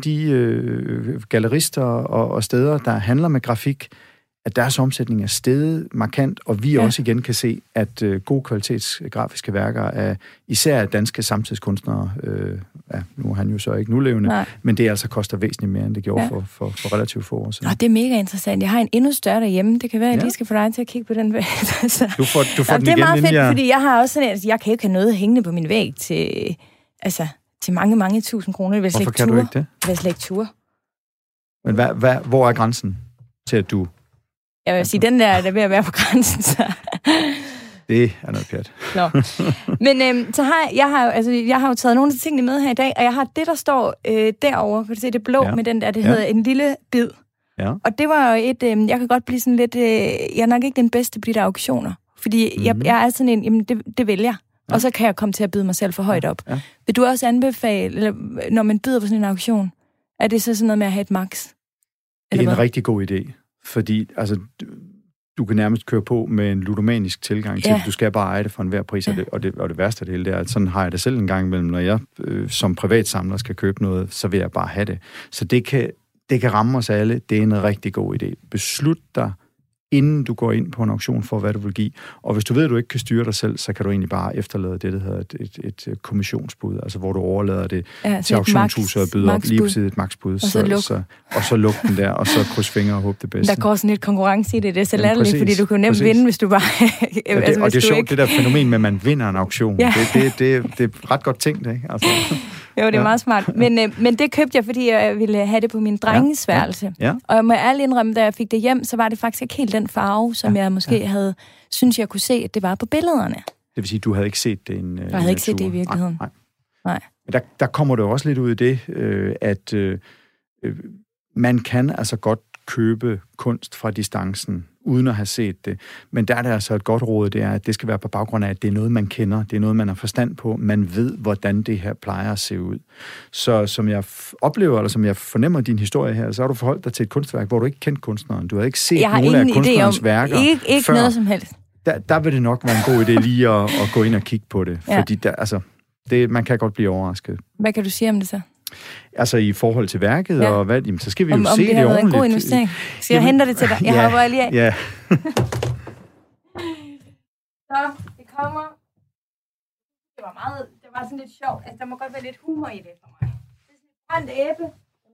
de gallerister og steder, der handler med grafik, at deres omsætning er steget markant, og vi også igen kan se, at gode kvalitets grafiske værker af især danske samtidskunstnere, nu er han jo så ikke nulevende, men det altså koster væsentligt mere, end det gjorde for relativt få år siden. Det er mega interessant. Jeg har en endnu større derhjemme. Det kan være, at jeg lige skal få dig til at kigge på den væg. Du får den det er igen, meget fedt, fordi jeg har også sådan, jeg kan jo ikke have noget hængende på min væg til mange, mange tusind kroner. Hvorfor kan du ikke det? Hvis jeg ikke ture. Men hvor er grænsen til, at du... Jeg vil sige, den der er ved at være på grænsen, så... Det er noget pjat. Nå. Men så jeg har jo taget nogle af de tingene med her i dag, og jeg har det, der står derovre, kan du se det blå med den der, det hedder en lille bid. Ja. Og det var jo jeg kan godt blive sådan lidt, jeg er nok ikke den bedste på de der auktioner, fordi jeg er sådan en, jamen det vælger jeg. Ja. Og så kan jeg komme til at byde mig selv for højt op. Ja. Vil du også anbefale, eller, når man byder på sådan en auktion, er det så sådan noget med at have et max? Det er en rigtig god idé, fordi altså, du kan nærmest køre på med en ludomanisk tilgang til, du skal bare eje det for enhver pris, og det værste af det hele, det er, at sådan har jeg det selv en gang imellem, når jeg som privatsamler skal købe noget, så vil jeg bare have det. Så det kan ramme os alle, det er en rigtig god idé. Beslut dig, inden du går ind på en auktion for, hvad du vil give. Og hvis du ved, at du ikke kan styre dig selv, så kan du egentlig bare efterlade det, der hedder et kommissionsbud, altså hvor du overlader det til auktionshuset og byder op lige på et maksbud, og så luk den der, og så kryds fingre og håbe det bedste. Der går sådan lidt konkurrence i det, det er så latterligt, fordi du kan nemt vinde, hvis du bare... og det er sjovt, det der fænomen med, at man vinder en auktion. Ja. Det er ret godt tænkt, ikke? Altså. Jo, det er meget smart. Men det købte jeg, fordi jeg ville have det på min drengesværelse. Ja. Og jeg må ærligt indrømme, da jeg fik det hjem, så var det faktisk ikke helt den farve, som jeg måske havde synes jeg kunne se, at det var på billederne. Det vil sige, at du havde ikke set det i en Jeg havde ikke set det i virkeligheden. Nej. Men der kommer det også lidt ud i det, at man kan altså godt købe kunst fra distancen, uden at have set det. Men der er det altså et godt råd, det er, at det skal være på baggrund af, at det er noget, man kender, det er noget, man har forstand på, man ved, hvordan det her plejer at se ud. Så som jeg oplever, eller som jeg fornemmer din historie her, så har du forholdt dig til et kunstværk, hvor du ikke kendte kunstneren. Du har ikke set nogle af kunstnerens værker ikke før. Noget som helst. Der vil det nok være en god idé lige at gå ind og kigge på det, fordi man kan godt blive overrasket. Hvad kan du sige om det så? Altså i forhold til værket og hvad, jamen, så skal vi jo se det ordentligt. Om det har været en god investering. Så jeg henter det til dig. Jeg hopper lige af. Ja. Så, det kommer. Det var sådan lidt sjovt. Altså, der må godt være lidt humor i det for mig. Det er sådan et brændt æble.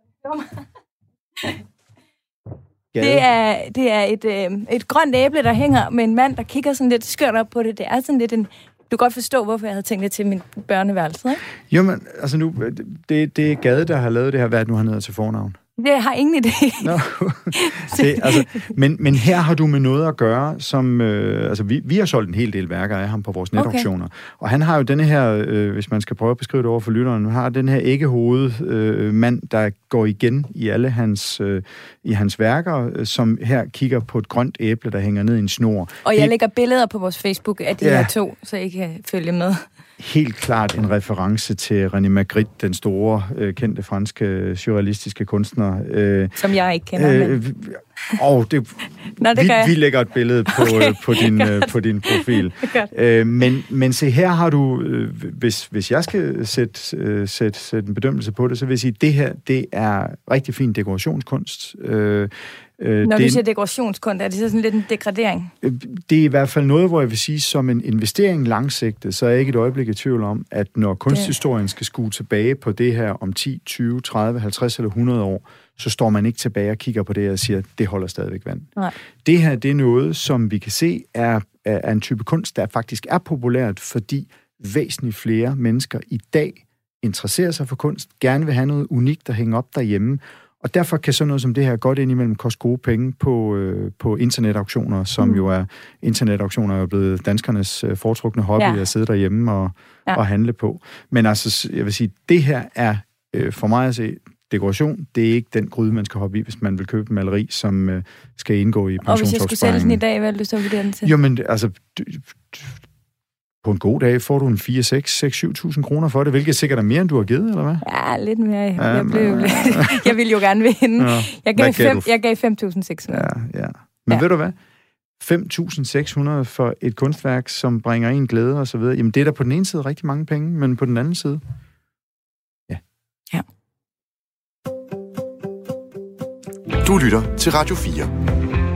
Det er et grønt æble, der hænger med en mand, der kigger sådan lidt skørt op på det. Det er sådan lidt en... Du kan godt forstå, hvorfor jeg havde tænkt det til min børneværelse, ikke? Jo, men altså nu, det er Gade, der har lavet det her. Hvad er det nu, han hedder til fornavn? Det har ingen idé. No. Men her har du med noget at gøre, som... vi har solgt en hel del værker af ham på vores netauktioner. Okay. Og han har jo denne her, hvis man skal prøve at beskrive det over for lytteren, har den her æggehoved mand, der går igen i alle hans værker, som her kigger på et grønt æble, der hænger ned i en snor. Og jeg lægger billeder på vores Facebook af de her to, så I kan følge med. Helt klart en reference til René Magritte, den store, kendte franske surrealistiske kunstner. Som jeg ikke kender. Vi lægger et billede på din profil. Men se, her har du, hvis jeg skal sætte en bedømmelse på det, så vil jeg sige, at det her, det er rigtig fin dekorationskunst. Når du siger dekorationskunst, er det så sådan lidt en degradering? Det er i hvert fald noget, hvor jeg vil sige, som en investering langsigtet, så er jeg ikke et øjeblik i tvivl om, at når kunsthistorien skal skue tilbage på det her om 10, 20, 30, 50 eller 100 år, så står man ikke tilbage og kigger på det og siger, at det holder stadigvæk vand. Nej. Det her, det er noget, som vi kan se er en type kunst, der faktisk er populært, fordi væsentligt flere mennesker i dag interesserer sig for kunst, gerne vil have noget unikt at hænge op derhjemme. Og derfor kan sådan noget som det her godt indimellem koste gode penge på internetauktioner, som jo er... Internetauktioner er jo blevet danskernes foretrukne hobby at sidde derhjemme og handle på. Men altså, jeg vil sige, det her er for mig at se dekoration. Det er ikke den gryde, man skal hoppe i, hvis man vil købe en maleri, som skal indgå i pensionsopsparingen. Og hvis jeg skulle sælge den i dag, hvad vil du så vurdere den til? Jo, men altså... På en god dag får du en 4-7.000 kroner for det, hvilket sikkert er mere, end du har givet, eller hvad? Ja, lidt mere. Jeg ville jo gerne vinde. Ja. Jeg gav 5.600. Ja. Men ved du hvad? 5.600 for et kunstværk, som bringer en glæde og så videre. Jamen, det er der på den ene side rigtig mange penge, men på den anden side... Ja. Du lytter til Radio 4.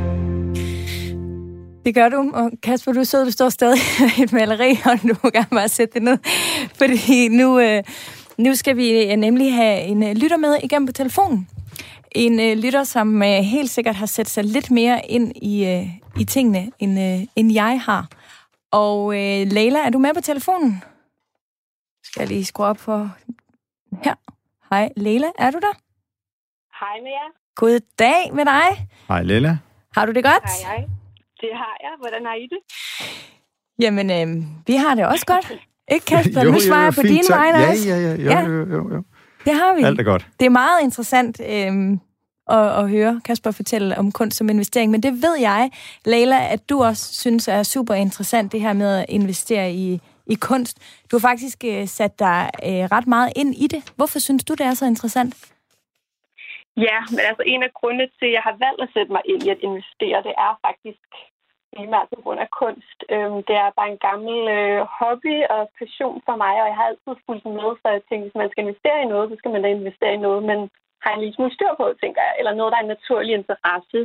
Det gør du, og Kasper, du står stadig i et maleri, og du må gerne bare sætte det ned. Fordi nu skal vi nemlig have en lytter med igennem på telefonen. En lytter, som helt sikkert har sat sig lidt mere ind i tingene, end jeg har. Og Leila, er du med på telefonen? Skal jeg lige skrue op for... Her. Hej, Leila, er du der? Hej med jer. God dag med dig. Hej, Leila. Har du det godt? Hej. Det har jeg. Hvordan har I det? Jamen, vi har det også godt. Ikke, Kasper? Nu svarer jeg på dine vegne også. Ja. Det har vi. Alt er godt. Det er meget interessant at høre Kasper fortælle om kunst som investering, men det ved jeg, Leila, at du også synes er super interessant, det her med at investere i kunst. Du har faktisk sat dig ret meget ind i det. Hvorfor synes du, det er så interessant? Ja, men altså en af grundene til, at jeg har valgt at sætte mig ind i at investere, det er faktisk primært på grund af kunst. Det er bare en gammel hobby og passion for mig, og jeg har altid fulgt med, så jeg tænkte, hvis man skal investere i noget, så skal man da investere i noget, men har en lille smule styr på, tænker jeg, eller noget, der er en naturlig interesse.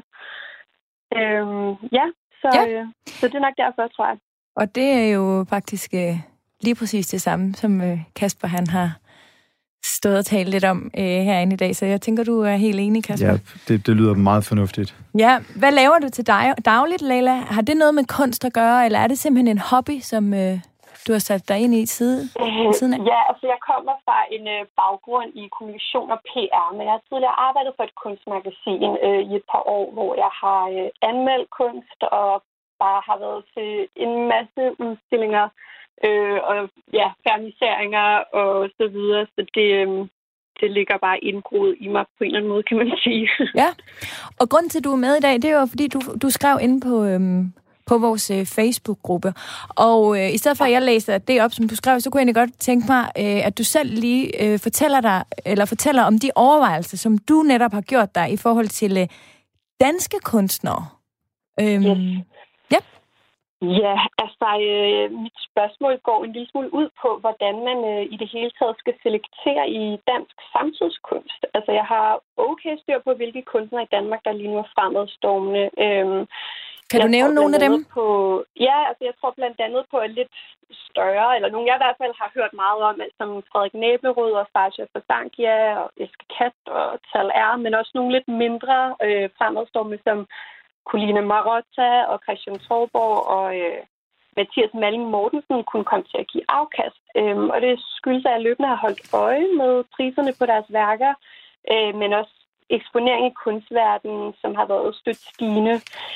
Så det er nok derfor, tror jeg. Og det er jo faktisk lige præcis det samme, som Kasper han har stået og talt lidt om herinde i dag, så jeg tænker, du er helt enig, Kasper. Ja, det lyder meget fornuftigt. Ja, hvad laver du til dig dagligt, Leila? Har det noget med kunst at gøre, eller er det simpelthen en hobby, som du har sat dig ind i siden af? Ja, altså jeg kommer fra en baggrund i kommunikation og PR, men jeg har tidligere arbejdet for et kunstmagasin i et par år, hvor jeg har anmeldt kunst og bare har været til en masse udstillinger, og ja, ferniseringer og så videre, så det ligger bare indgroet i mig på en eller anden måde, kan man sige. Ja, og grunden til, at du er med i dag, det er jo, fordi du skrev inde på vores Facebook-gruppe, og i stedet for, at jeg læser det op, som du skrev, så kunne jeg egentlig godt tænke mig, at du selv lige fortæller om de overvejelser, som du netop har gjort dig i forhold til danske kunstnere. Yes. Ja. Ja, altså mit spørgsmål går en lille smule ud på, hvordan man i det hele taget skal selektere i dansk samtidskunst. Altså jeg har okay styr på, hvilke kunstnere i Danmark, der lige nu er fremadstormende. Kan du nævne nogle af dem? Altså jeg tror blandt andet på et lidt større, eller nogle jeg i hvert fald har hørt meget om, som Frederik Næblerød og Fasha Fasankia og Eske Kat og Tal R, men også nogle lidt mindre fremadstormende, som Colina Marotta og Christian Torborg og Mathias Malling Mortensen kunne komme til at give afkast. Og det skyldes, at jeg løbende har holdt øje med priserne på deres værker, men også eksponering i kunstverdenen, som har været stødt stigende.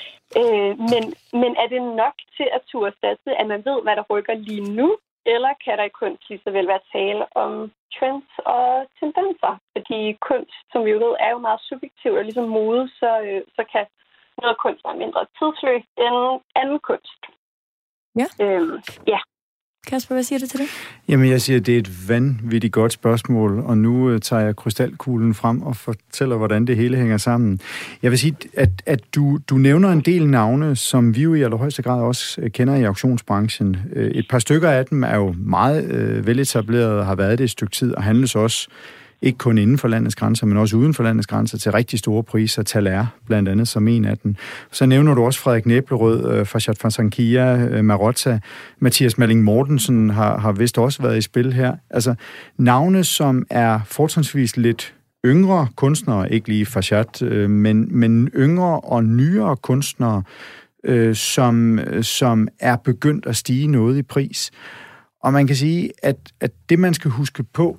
Men er det nok til at turde satse, at man ved, hvad der rykker lige nu? Eller kan der i kunst lige så vel være tale om trends og tendenser? Fordi kunst, som vi jo ved, er jo meget subjektiv, og ligesom mode, så kan noget kunst er mindre tidsløst end anden kunst. Ja. Ja. Kasper, hvad siger du til det? Jamen, jeg siger, at det er et vanvittigt godt spørgsmål, og nu tager jeg krystalkuglen frem og fortæller, hvordan det hele hænger sammen. Jeg vil sige, at du nævner en del navne, som vi jo i allerhøjeste grad også kender i auktionsbranchen. Et par stykker af dem er jo meget veletablerede og har været det et stykke tid, og handles også ikke kun inden for landets grænser, men også uden for landets grænser til rigtig store priser. Tal R, blandt andet, som en af dem. Så nævner du også Frederik Næblerød, Fashat Fasankia, Marotta, Mathias Malling Mortensen har vist også været i spil her. Altså navne, som er fortrinsvis lidt yngre kunstnere, ikke lige Fashat, men yngre og nyere kunstnere, som er begyndt at stige noget i pris. Og man kan sige, at det, man skal huske på,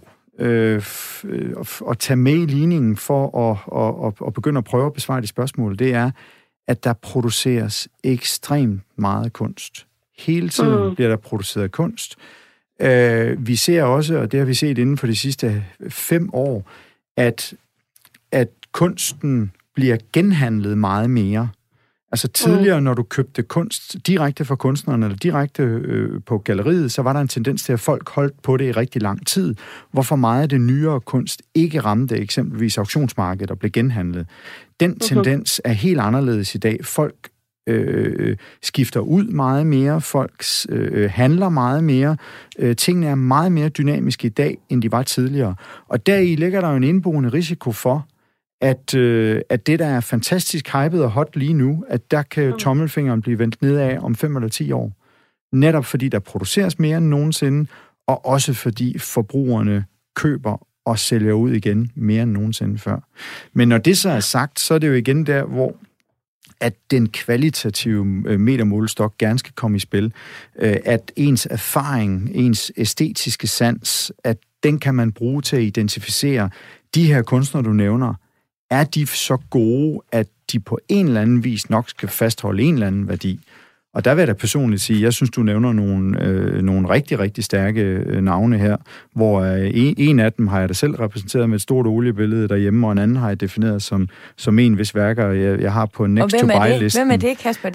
at tage med i ligningen for at begynde at prøve at besvare de spørgsmål, det er, at der produceres ekstremt meget kunst. Hele tiden bliver der produceret kunst. Vi ser også, og det har vi set inden for de sidste 5 år, at kunsten bliver genhandlet meget mere. Altså tidligere, når du købte kunst direkte fra kunstneren eller direkte på galleriet, så var der en tendens til, at folk holdt på det i rigtig lang tid. Hvorfor meget af det nyere kunst ikke ramte eksempelvis auktionsmarkedet og blev genhandlet. Den tendens er helt anderledes i dag. Folk skifter ud meget mere, folk handler meget mere. Tingene er meget mere dynamiske i dag, end de var tidligere. Og deri ligger der jo en indboende risiko for, at det, der er fantastisk hypet og hot lige nu, at der kan tommelfingeren blive vendt nedad om 5 eller 10 år. Netop fordi der produceres mere end nogensinde, og også fordi forbrugerne køber og sælger ud igen mere end nogensinde før. Men når det så er sagt, så er det jo igen der, hvor at den kvalitative metermålestok gerne skal komme i spil. At ens erfaring, ens æstetiske sans, at den kan man bruge til at identificere de her kunstnere, du nævner. Er de så gode, at de på en eller anden vis nok skal fastholde en eller anden værdi? Og der vil jeg da personligt sige, jeg synes, du nævner nogle rigtig, rigtig stærke navne her, hvor en af dem har jeg da selv repræsenteret med et stort oliebillede derhjemme, og en anden har jeg defineret som en, hvis værker jeg har på next to buy-listen. Hvem er det, Kasper?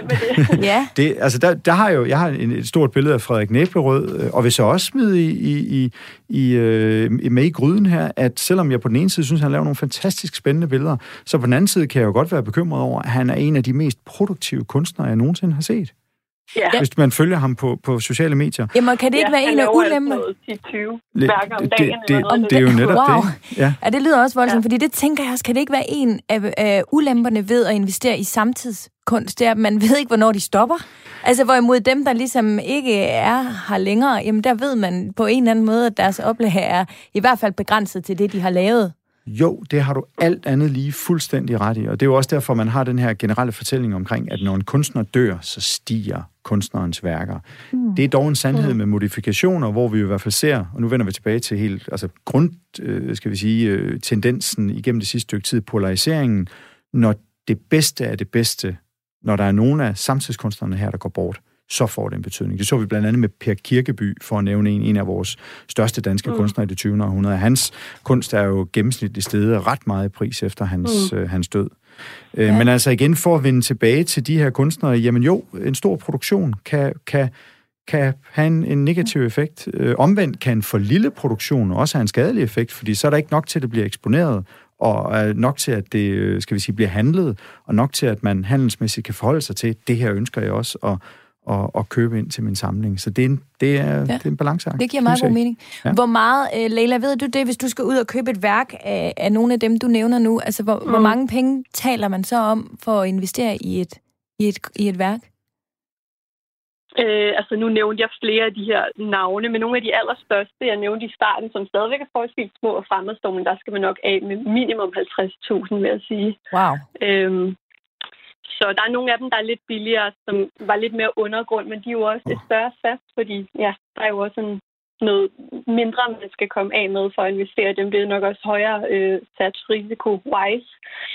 Der har jeg har et stort billede af Frederik Næblerød, og vil så også smide med i gryden her, at selvom jeg på den ene side synes, han laver nogle fantastisk spændende billeder, så på den anden side kan jeg jo godt være bekymret over, at han er en af de mest produktive kunstnere, jeg nogensinde har set. Ja. Hvis man følger ham på sociale medier. Jamen, kan det ikke være en af ulemperne? Det er jo netop det. Ja. Ja, det lyder også voldsomt, fordi det tænker jeg også, kan det ikke være en af ulemperne ved at investere i samtidskunst, det er, at man ved ikke, hvornår de stopper? Altså, hvorimod dem, der ligesom ikke er her længere, jamen der ved man på en eller anden måde, at deres oplag er i hvert fald begrænset til det, de har lavet. Jo, det har du alt andet lige fuldstændig ret i, og det er jo også derfor, man har den her generelle fortælling omkring, at når en kunstner dør, så stiger kunstnerens værker. Det er dog en sandhed med modifikationer, hvor vi i hvert fald ser, og nu vender vi tilbage til helt, altså tendensen igennem det sidste stykke tid, polariseringen, når det bedste er det bedste, når der er nogen af samtidskunstnerne her, der går bort, så får det en betydning. Det så vi blandt andet med Per Kirkeby, for at nævne en af vores største danske kunstnere i det 20. århundrede. Hans kunst er jo gennemsnitligt steget ret meget i pris efter hans død. Ja. Men altså igen, for at vende tilbage til de her kunstnere, jamen jo, en stor produktion kan have en negativ effekt. Omvendt kan en for lille produktion også have en skadelig effekt, fordi så er der ikke nok til, at det bliver eksponeret, og nok til, at det, bliver handlet, og nok til, at man handelsmæssigt kan forholde sig til, det her ønsker jeg også at købe ind til min samling. Så det er en balanceakt. Det giver meget god mening. Ja. Hvor meget, Leila, ved du det, hvis du skal ud og købe et værk af nogle af dem, du nævner nu? Altså, hvor mange penge taler man så om for at investere i et værk? Altså, nu nævnte jeg flere af de her navne, men nogle af de allerstørste, jeg nævnte i starten, som stadigvæk er forholdsvis små og fremadstormende, der skal man nok af med minimum 50.000, vil jeg sige. Wow. Så der er nogle af dem, der er lidt billigere, som var lidt mere undergrund, men de er jo også et større sats, fordi der er jo også noget mindre, man skal komme af med for at investere dem. Det er nok også højere sats risiko-wise.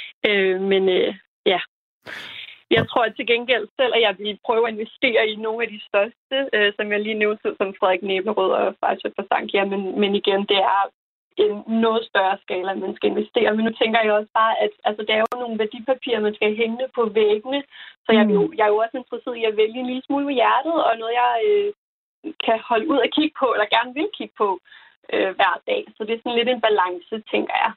Jeg tror at til gengæld selv, at jeg vil prøve at investere i nogle af de største, som jeg lige nævnte, som Frederik Næblerød og Farshad Farsankia, men igen, det er en noget større skala, man skal investere. Men nu tænker jeg også bare, at altså, det er jo nogle værdipapirer, man skal hænge på væggene, så jeg er jo også interesseret i at vælge en lille smule med hjertet, og noget, jeg kan holde ud og kigge på, eller gerne vil kigge på hver dag. Så det er sådan lidt en balance, tænker jeg.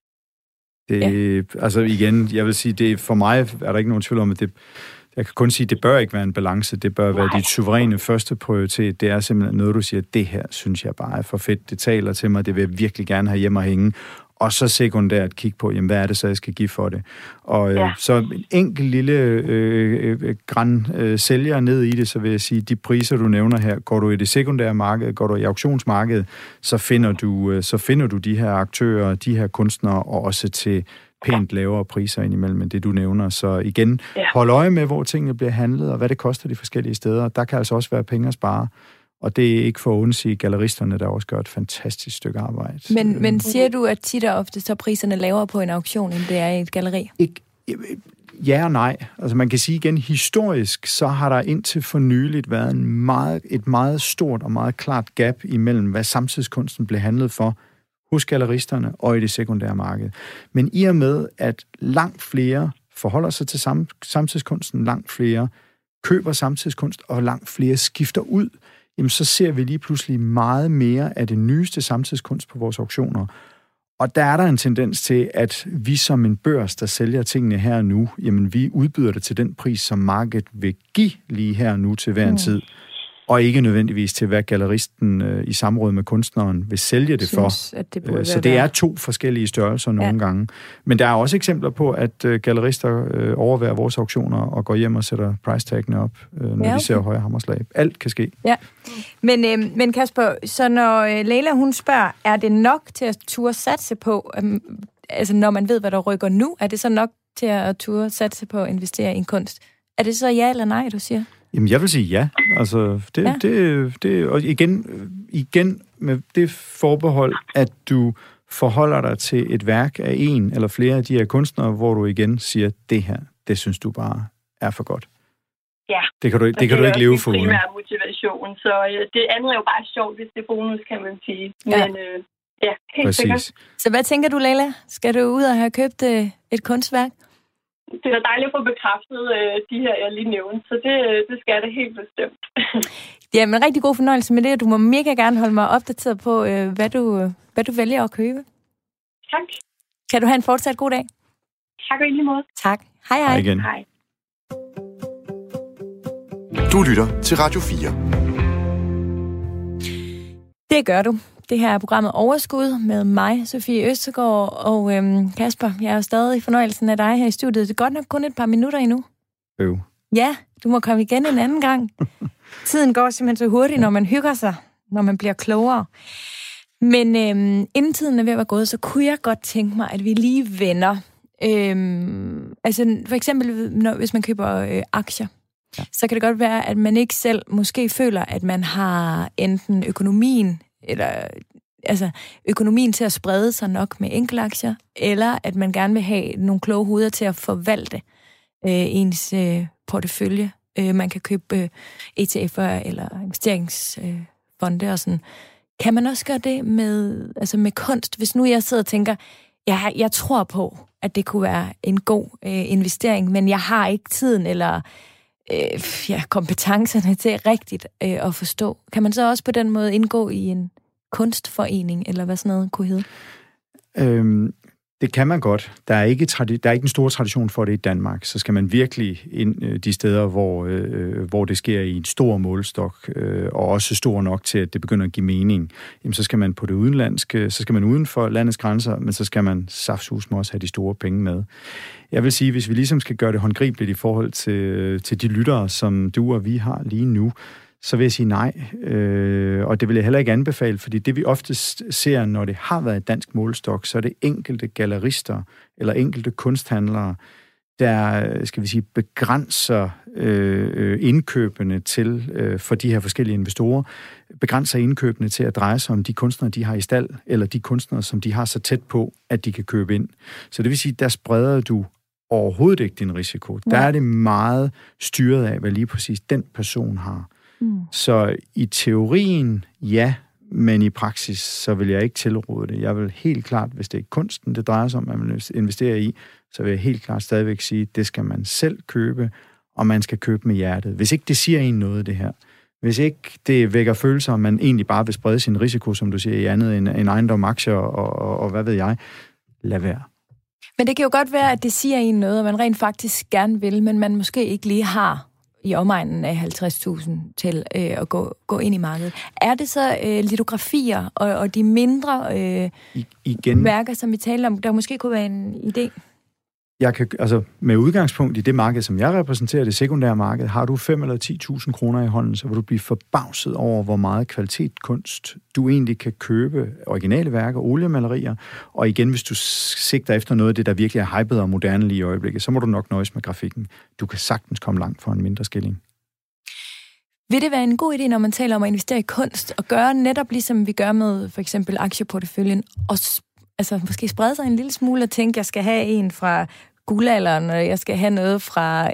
Altså igen, jeg vil sige, det for mig er der ikke nogen tvivl om, at jeg kan kun sige, at det bør ikke være en balance. Det bør være dit suveræne første prioritet. Det er simpelthen noget, du siger, det her synes jeg bare er for fedt. Det taler til mig, det vil jeg virkelig gerne have hjemme og hænge. Og så sekundært kigge på, jamen, hvad er det så, jeg skal give for det? Og så en enkelt lille sælger ned i det, så vil jeg sige, de priser, du nævner her, går du i det sekundære marked, går du i auktionsmarkedet, så finder du de her aktører, de her kunstnere, og også til pænt lavere priser indimellem end det, du nævner. Så igen, hold øje med, hvor tingene bliver handlet, og hvad det koster de forskellige steder. Der kan altså også være penge at spare. Og det er ikke for at undsige galleristerne, der også gør et fantastisk stykke arbejde. Men siger du, at tit og ofte så priserne lavere på en auktion, end det er i et galleri? Ja og nej. Altså man kan sige igen, historisk, så har der indtil for nyligt været et meget stort og meget klart gap imellem, hvad samtidskunsten blev handlet for hos galleristerne og i det sekundære marked. Men i og med, at langt flere forholder sig til samtidskunsten, langt flere køber samtidskunst, og langt flere skifter ud, jamen så ser vi lige pludselig meget mere af det nyeste samtidskunst på vores auktioner. Og der er der en tendens til, at vi som en børs, der sælger tingene her og nu, jamen vi udbyder det til den pris, som markedet vil give lige her og nu til hver en tid. Og ikke nødvendigvis til, hvad galleristen i samråd med kunstneren vil sælge det for. Så det er to forskellige størrelser nogle gange. Men der er også eksempler på, at gallerister overværer vores auktioner og går hjem og sætter price tagene op, når de ser højere hammerslag. Alt kan ske. Ja. Men Kasper, så når Leila hun spørger, er det nok til at turde satse på, altså når man ved, hvad der rykker nu, er det så nok til at turde satse på at investere i en kunst? Er det så ja eller nej, du siger? Jamen, jeg vil sige ja. Altså, det og igen med det forbehold, at du forholder dig til et værk af en eller flere af de her kunstnere, hvor du igen siger, det her, det synes du bare er for godt. ja. Det kan du ikke leve for uden. Det er primær motivation, så det andet er jo bare sjovt, hvis det er bonus, kan man sige. Men ja, helt præcis. sikkert. Så hvad tænker du, Leila? Skal du ud og have købt et kunstværk? Det er dejligt at få bekræftet de her, jeg lige nævnte, så det skal det helt bestemt. Ja, men rigtig god fornøjelse med det, og du må mega gerne holde mig opdateret på, hvad du vælger at købe. Tak. Kan du have en fortsat god dag? Tak og i lige måde. Tak. Hej. Hej igen. Hej. Du lytter til Radio 4. Det gør du. Det her er programmet Overskud med mig, Sofie Østergaard, og Kasper, jeg er jo stadig i fornøjelsen af dig her i studiet. Det er godt nok kun et par minutter endnu. Ja, du må komme igen en anden gang. Tiden går simpelthen så hurtigt, når man hygger sig, når man bliver klogere. Men inden tiden er ved at være gået, så kunne jeg godt tænke mig, at vi lige vender. Altså for eksempel, hvis man køber aktier, så kan det godt være, at man ikke selv måske føler, at man har enten økonomien til at sprede sig nok med enkeltaktier, eller at man gerne vil have nogle kloge hoveder til at forvalte ens portefølje. Man kan købe ETF'er eller investeringsfonde og sådan. Kan man også gøre det med kunst? Hvis nu jeg sidder og tænker, jeg tror på, at det kunne være en god investering, men jeg har ikke tiden eller kompetencerne til rigtigt at forstå. Kan man så også på den måde indgå i en kunstforening, eller hvad sådan noget kunne hedde? Det kan man godt. Der er ikke en stor tradition for det i Danmark. Så skal man virkelig ind de steder, hvor det sker i en stor målestok, og også stor nok til, at det begynder at give mening. Jamen, så skal man på det udenlandske, så skal man uden for landets grænser, men så skal man saftsusme også have de store penge med. Jeg vil sige, hvis vi ligesom skal gøre det håndgribeligt i forhold til de lyttere, som du og vi har lige nu, så vil jeg sige nej, og det vil jeg heller ikke anbefale, fordi det vi oftest ser, når det har været et dansk målestok, så er det enkelte gallerister eller enkelte kunsthandlere, der, skal vi sige, begrænser indkøbene til, for de her forskellige investorer, begrænser indkøbene til at dreje sig om de kunstnere, de har i stald, eller de kunstnere, som de har så tæt på, at de kan købe ind. Så det vil sige, der spreder du overhovedet ikke din risiko. Der er det meget styret af, hvad lige præcis den person har. Så i teorien, ja, men i praksis, så vil jeg ikke tilråde det. Jeg vil helt klart, hvis det er kunsten, det drejer sig om, at man investerer i, så vil jeg helt klart stadigvæk sige, at det skal man selv købe, og man skal købe med hjertet. Hvis ikke det siger en noget, det her. Hvis ikke det vækker følelser, om man egentlig bare vil sprede sin risiko, som du siger, i andet end ejendom, aktier og hvad ved jeg, lad være. Men det kan jo godt være, at det siger en noget, og man rent faktisk gerne vil, men man måske ikke lige har i omegnen af 50.000 til at gå ind i markedet. Er det så litografier og de mindre værker, som vi taler om, der måske kunne være en idé? Med udgangspunkt i det marked, som jeg repræsenterer, det sekundære marked, har du 5 eller 10.000 kroner i hånden, så vil du blive forbavset over, hvor meget kvalitetskunst du egentlig kan købe, originale værker, oliemalerier, og igen, hvis du sigter efter noget af det, der virkelig er hypet og moderne lige i øjeblikket, så må du nok nøjes med grafikken. Du kan sagtens komme langt for en mindre skilling. Vil det være en god idé, når man taler om at investere i kunst, og gøre netop ligesom vi gør med for eksempel aktieporteføljen, og måske sprede sig en lille smule og tænke, jeg skal have en fra guldalderen, og jeg skal have noget fra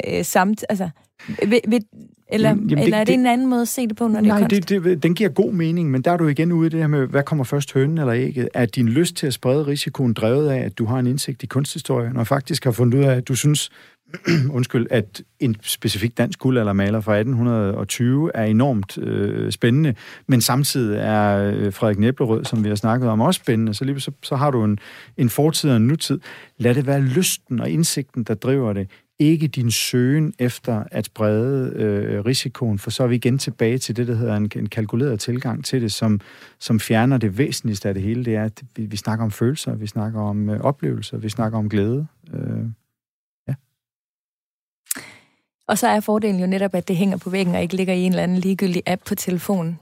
eller er det en anden måde at se det på, når det er kunst? Den giver god mening, men der er du igen ude i det her med, hvad kommer først, hønen eller ægget? Er din lyst til at sprede risikoen drevet af, at du har en indsigt i kunsthistorien, og faktisk har fundet ud af, at du synes, at en specifik dansk guldaldermaler fra 1820 er enormt spændende, men samtidig er Frederik Næblerød, som vi har snakket om, også spændende, så lige så har du en fortid og en nutid. Lad det være lysten og indsigten, der driver det, ikke din søgen efter at sprede risikoen, for så er vi igen tilbage til det, der hedder en kalkuleret tilgang til det, som fjerner det væsentligste af det hele. Det er, at vi snakker om følelser, vi snakker om oplevelser, vi snakker om glæde. Og så er fordelen jo netop, at det hænger på væggen og ikke ligger i en eller anden ligegyldig app på telefonen,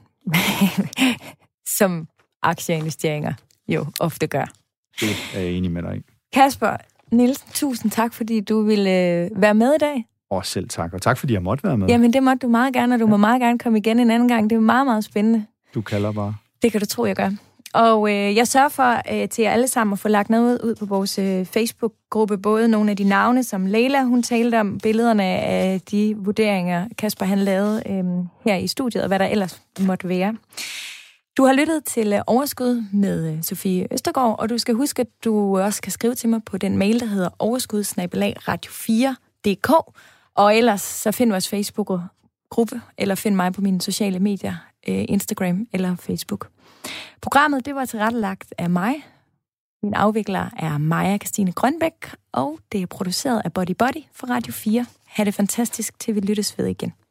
som aktieinvesteringer jo ofte gør. Det er jeg enig med dig i. Kasper Nielsen, tusind tak, fordi du ville være med i dag. Og selv tak, og tak fordi jeg måtte være med. Jamen det måtte du meget gerne, og du må meget gerne komme igen en anden gang. Det er meget, meget spændende. Du kalder bare. Det kan du tro, jeg gør. Og jeg sørger for til jer alle sammen at få lagt noget ud på vores Facebook-gruppe. Både nogle af de navne, som Leila, hun talte om, billederne af de vurderinger, Kasper han lavede her i studiet, og hvad der ellers måtte være. Du har lyttet til Overskud med Sofie Østergaard, og du skal huske, at du også kan skrive til mig på den mail, der hedder overskud@radio4.dk. Og ellers så find vores Facebook-gruppe, eller find mig på mine sociale medier, Instagram eller Facebook. Programmet, det var tilrettelagt af mig. Min afvikler er Maja Christine Grønbæk, og det er produceret af Body Body for Radio 4. Ha' det fantastisk, til vi lyttes ved igen.